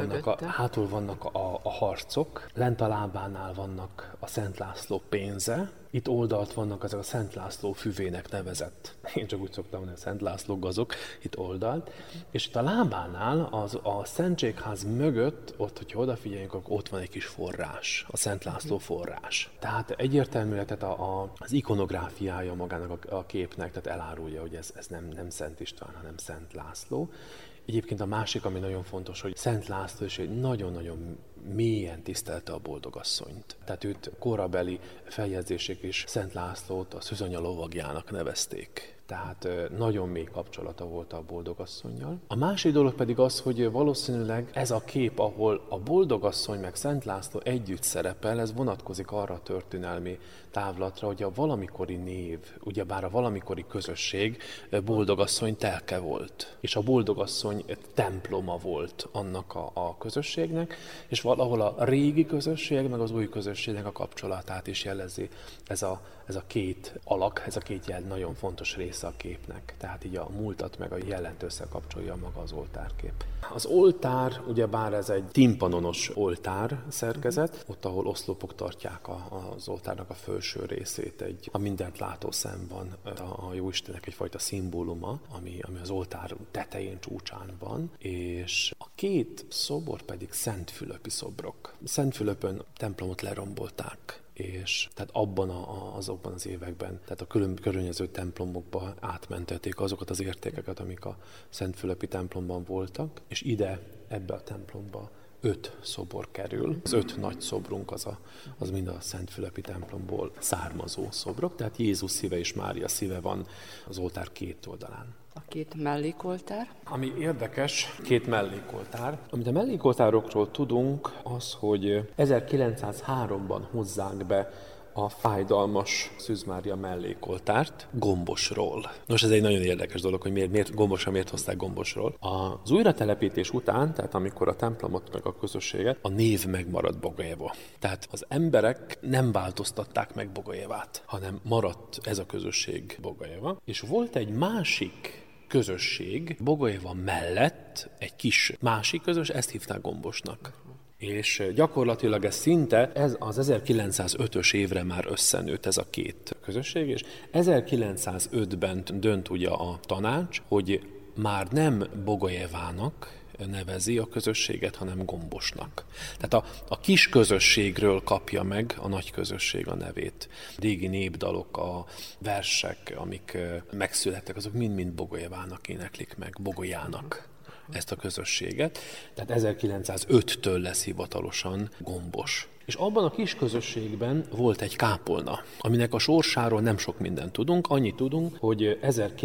[SPEAKER 16] hátul vannak a harcok, lent a lábánál vannak a Szent László pénze, itt oldalt vannak ezek a Szent László füvének nevezett, én csak úgy szoktam mondani, a Szent László gazok, itt oldalt, és itt a lábánál a Szentségház mögött, ott, hogyha odafigyeljünk, akkor ott van egy kis forrás, a Szent László forrás. Tehát egyértelműen tehát az ikonográfiája magának a képnek, tehát elárulja, hogy ez nem Szent István, hanem Szent László. Egyébként a másik, ami nagyon fontos, hogy Szent László is egy nagyon-nagyon mélyen tisztelte a boldogasszonyt. Tehát őt korabeli feljegyzések is Szent Lászlót a szűzanya lovagjának nevezték. Tehát nagyon mély kapcsolata volt a boldogasszonnyal. A másik dolog pedig az, hogy valószínűleg ez a kép, ahol a boldogasszony meg Szent László együtt szerepel, ez vonatkozik arra a történelmi távlatra, hogy a valamikori név, ugyebár a valamikori közösség boldogasszony telke volt. És a boldogasszony temploma volt annak a közösségnek, és valahol a régi közösség meg az új közösségnek a kapcsolatát is jelezi ez a két alak, ez a két jel nagyon fontos része a képnek. Tehát így a múltat meg a jelent összekapcsolja maga az oltárkép. Az oltár, ugyebár ez egy timpanonos oltár szerkezet, ott, ahol oszlopok tartják az oltárnak a felső részét, a mindent látó szem van, a Jóistennek egyfajta szimbóluma, ami az oltár tetején, csúcsán van, és a két szobor pedig Szentfülöpi szobrok. Szentfülöpön templomot lerombolták, és tehát azokban az években, tehát a környező templomokba átmentették azokat az értékeket, amik a Szentfülöpi templomban voltak, és ebbe a templomba 5 szobor kerül. Az 5 nagy szobrunk az mind a Szentfülöpi templomból származó szobrok, tehát Jézus szíve és Mária szíve van az oltár két oldalán.
[SPEAKER 2] A két mellékoltár?
[SPEAKER 16] Ami érdekes, két mellékoltár. Amit a mellékoltárokról tudunk, az, hogy 1903-ban hozzák be a fájdalmas Szűz Mária mellékoltárt Gombosról. Nos, ez egy nagyon érdekes dolog, hogy miért hozták Gombosról. Az újratelepítés után, tehát amikor a templomot meg a közösséget, a név megmaradt Bogojeva. Tehát az emberek nem változtatták meg Bogojevát, hanem maradt ez a közösség Bogojeva. És volt egy másik közösség Bogojeva mellett, egy kis másik közös, ezt hívták Gombosnak. És gyakorlatilag ez az 1905-ös évre már összenőtt ez a két közösség, és 1905-ben dönt ugye a tanács, hogy már nem Bogojevának nevezi a közösséget, hanem Gombosnak. Tehát a kis közösségről kapja meg a nagy közösség a nevét. Régi népdalok, a versek, amik megszülettek, azok mind-mind Bogojevának éneklik meg, Bogojának ezt a közösséget. Tehát 1905-től lesz hivatalosan Gombos. És abban a kis közösségben volt egy kápolna, aminek a sorsáról nem sok mindent tudunk. Annyit tudunk, hogy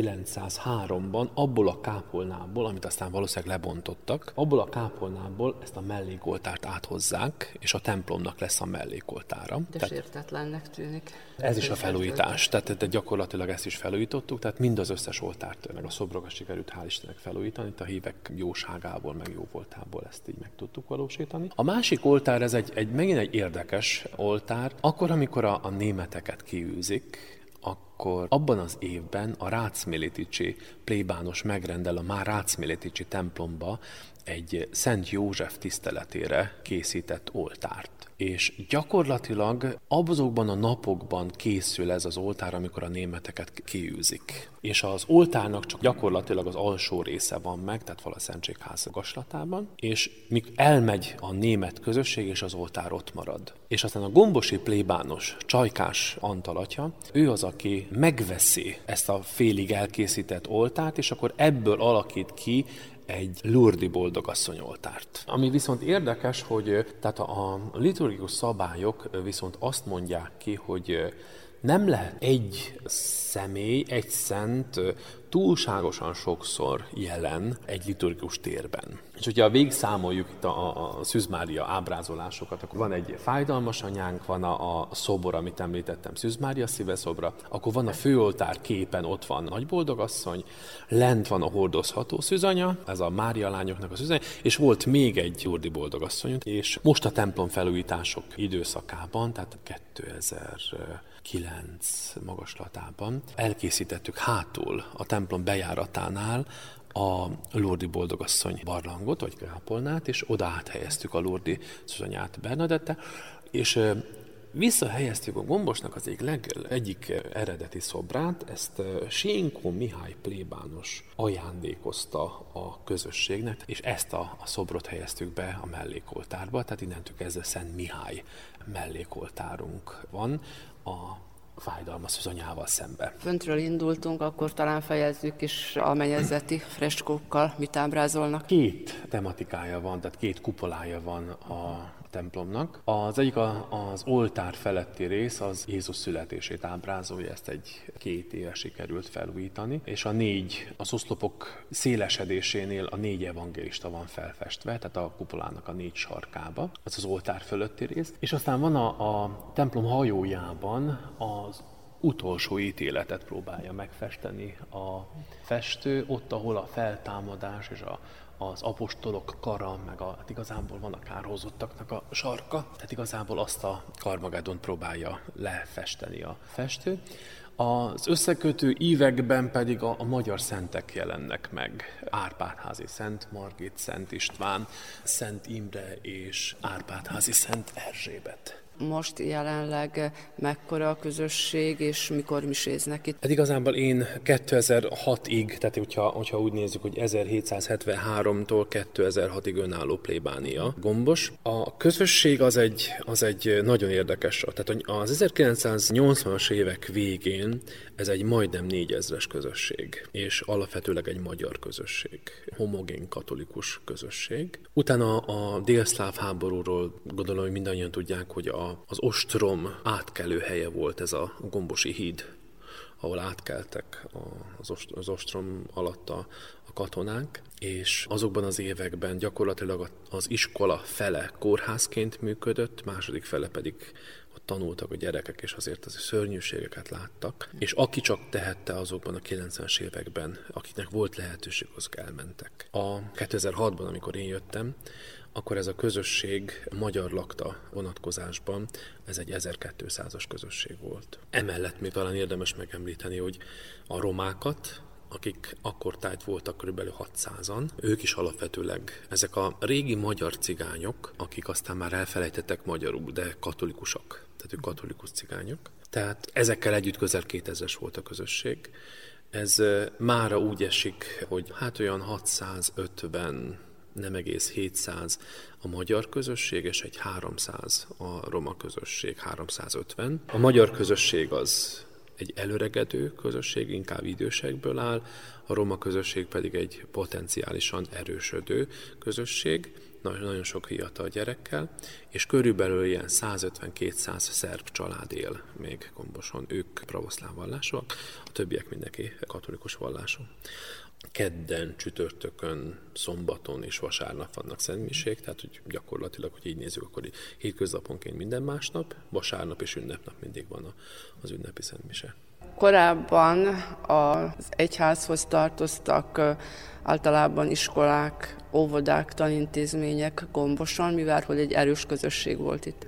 [SPEAKER 16] 1903-ban abból a kápolnából, amit aztán valószínűleg lebontottak, abból a kápolnából ezt a mellékoltárt áthozzák, és a templomnak lesz a mellékoltára.
[SPEAKER 2] De sértetlennek tűnik.
[SPEAKER 16] Ez is a felújítás, tehát gyakorlatilag ezt is felújítottuk, tehát mind az összes oltárt, meg a szobrokat sikerült hál' Istennek felújítani, itt a hívek jóságából, meg jóvoltából ezt így meg tudtuk valósítani. A másik oltár, ez megint egy érdekes oltár. Akkor, amikor a németeket kiűzik, akkor abban az évben a Rácz-Miléticsi plébános megrendel a már Rácz-Miléticsi templomba egy Szent József tiszteletére készített oltárt. És gyakorlatilag azokban a napokban készül ez az oltár, amikor a németeket kiűzik. És az oltárnak csak gyakorlatilag az alsó része van meg, tehát val a Szentségház magaslatában, és míg elmegy a német közösség, és az oltár ott marad. És aztán a gombosi plébános Csajkás Antal atya, ő az, aki megveszi ezt a félig elkészített oltárt, és akkor ebből alakít ki egy Lurdi boldogasszony oltárt. Ami viszont érdekes, hogy tehát a liturgikus szabályok viszont azt mondják ki, hogy nem lehet egy személy, egy szent túlságosan sokszor jelen egy liturgikus térben. És hogyha végigszámoljuk itt a Szűz Mária ábrázolásokat, akkor van egy fájdalmas anyánk, van a szobor, amit említettem, Szűz Mária szíveszobra, akkor van a főoltár képen, ott van Nagy Boldogasszony, lent van a hordozható szűzanya, ez a Mária lányoknak a szűzanya, és volt még egy Lurdi boldogasszonyunk, és most a templom felújítások időszakában, tehát 2009 magaslatában elkészítettük hátul a templom bejáratánál a Lurdi boldogasszony barlangot, vagy kápolnát, és oda áthelyeztük a Lurdi szűzanyát Bernadette, és visszahelyeztük a Gombosnak az egyik eredeti szobrát, ezt Sénkó Mihály plébános ajándékozta a közösségnek, és ezt a szobrot helyeztük be a mellékoltárba, tehát innentől kezdve Szent Mihály mellékoltárunk van a fájdalmas szűzanyával szembe.
[SPEAKER 2] Föntről indultunk, akkor talán fejezzük is a mennyezeti freskókkal, mit ábrázolnak.
[SPEAKER 16] Két tematikája van, tehát két kupolája van a templomnak. Az egyik az oltár feletti rész, az Jézus születését ábrázolja, ezt 2 éve sikerült felújítani, és az oszlopok szélesedésénél a 4 evangélista van felfestve, tehát a kupolának a 4 sarkába, az az oltár fölötti rész, és aztán van a templom hajójában az utolsó ítéletet próbálja megfesteni a festő, ott, ahol a feltámadás és az apostolok kara, meg igazából van a kárhozottaknak a sarka, tehát igazából azt a Karmagedont próbálja lefesteni a festő. Az összekötő ívekben pedig a magyar szentek jelennek meg. Árpádházi Szent Margit, Szent István, Szent Imre és Árpádházi Szent Erzsébet.
[SPEAKER 2] Most jelenleg mekkora közösség, és mikor miséznek itt?
[SPEAKER 16] Hát igazából én 2006-ig, tehát hogyha úgy nézzük, hogy 1773-tól 2006-ig önálló plébánia Gombos. A közösség az egy nagyon érdekes. Tehát az 1980-as évek végén ez egy majdnem 4000-es közösség, és alapvetőleg egy magyar közösség, homogén katolikus közösség. Utána a délszláv háborúról gondolom, hogy mindannyian tudják, hogy az ostrom átkelő helye volt ez a gombosi híd, ahol átkeltek az ostrom alatt a katonák, és azokban az években gyakorlatilag az iskola fele kórházként működött, második fele pedig ott tanultak a gyerekek, és azért szörnyűségeket láttak. És aki csak tehette azokban a 90-es években, akiknek volt lehetőség, azok elmentek. A 2006-ban, amikor én jöttem, akkor ez a közösség magyar lakta vonatkozásban, ez egy 1200-as közösség volt. Emellett még talán érdemes megemlíteni, hogy a romákat, akik akkortájt voltak körülbelül 600-an, ők is alapvetőleg ezek a régi magyar cigányok, akik aztán már elfelejtettek magyarul, de katolikusok, tehát ők katolikus cigányok. Tehát ezekkel együtt közel 2000-es volt a közösség. Ez mára úgy esik, hogy hát olyan 650, nem egész 700 a magyar közösség, és egy 300 a roma közösség, 350. A magyar közösség az egy előregedő közösség, inkább idősekből áll, a roma közösség pedig egy potenciálisan erősödő közösség, nagyon sok fiatal gyerekkel, és körülbelül ilyen 150-200 szerb család él még Gomboson, ők pravoszláv vallásúak, a többiek mindenki katolikus vallású. Kedden, csütörtökön, szombaton és vasárnap vannak szentmisék, tehát hogy gyakorlatilag, hogy így nézzük, akkor hétköznaponként minden másnap, vasárnap és ünnepnap mindig van az ünnepi szentmise.
[SPEAKER 2] Korábban az egyházhoz tartoztak általában iskolák, óvodák, tanintézmények Gomboson, mivel hogy egy erős közösség volt itt.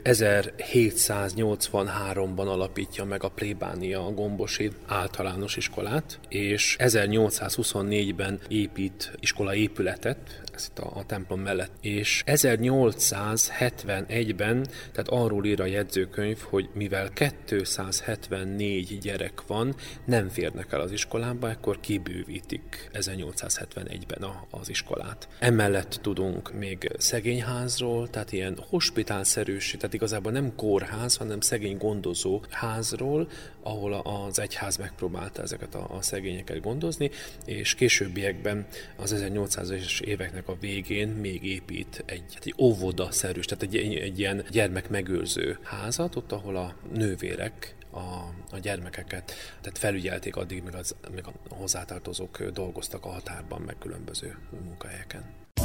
[SPEAKER 16] 1783-ban alapítja meg a plébánia a gombosi általános iskolát, és 1824-ben épít iskolaépületet, ez itt a templom mellett, és 1871-ben, tehát arról ír a jegyzőkönyv, hogy mivel 274 gyerek van, nem férnek el az iskolába, akkor kibővítik 1871-ben az iskolát. Emellett tudunk még szegényházról, tehát ilyen hospitálszerűség, tehát igazából nem kórház, hanem szegény gondozó házról, ahol az egyház megpróbálta ezeket a szegényeket gondozni, és későbbiekben az 1800-es éveknek a végén még épít egy óvodaszerűs, tehát egy ilyen gyermekmegőrző házat, ott, ahol a nővérek a gyermekeket, tehát felügyelték addig, még a hozzátartozók dolgoztak a határban, meg különböző munkahelyeken.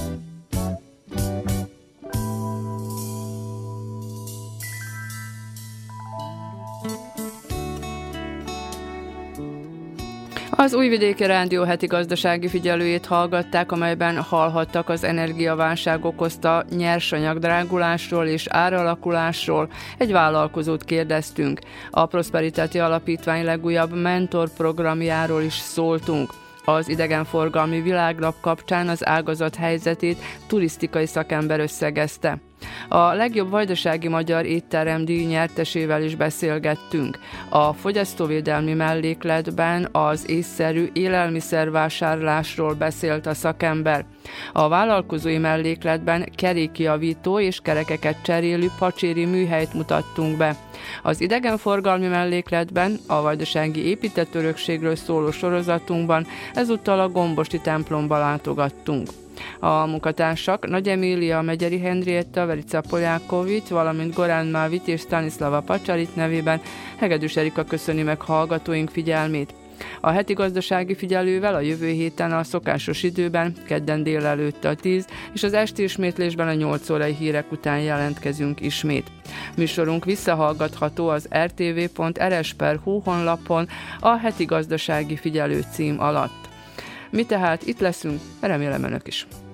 [SPEAKER 2] Az Újvidéki Rádió heti gazdasági figyelőjét hallgatták, amelyben hallhattak az energiaválság okozta nyersanyag-drágulásról és áralakulásról. Egy vállalkozót kérdeztünk. A Prosperitáti Alapítvány legújabb mentorprogramjáról is szóltunk. Az idegenforgalmi világlap kapcsán az ágazat helyzetét turisztikai szakember összegezte. A legjobb vajdasági magyar étteremdíj nyertesével is beszélgettünk. A fogyasztóvédelmi mellékletben az észszerű élelmiszervásárlásról beszélt a szakember. A vállalkozói mellékletben kerékjavító és kerekeket cserélő pacséri műhelyt mutattunk be. Az idegenforgalmi mellékletben a vajdasági építettörökségről szóló sorozatunkban ezúttal a gombosi templomba látogattunk. A munkatársak Nagy Emília Megyeri Henrietta, Verica Poljákovics, valamint Gorán Mávit és Stanislava Pacsarit nevében Hegedűs Erika köszöni meg hallgatóink figyelmét. A heti gazdasági figyelővel a jövő héten a szokásos időben, kedden délelőtt a 10 és az esti ismétlésben a 8 órai hírek után jelentkezünk ismét. Műsorunk visszahallgatható az rtv.rs.hu honlapon a heti gazdasági figyelő cím alatt. Mi tehát itt leszünk, remélem önök is.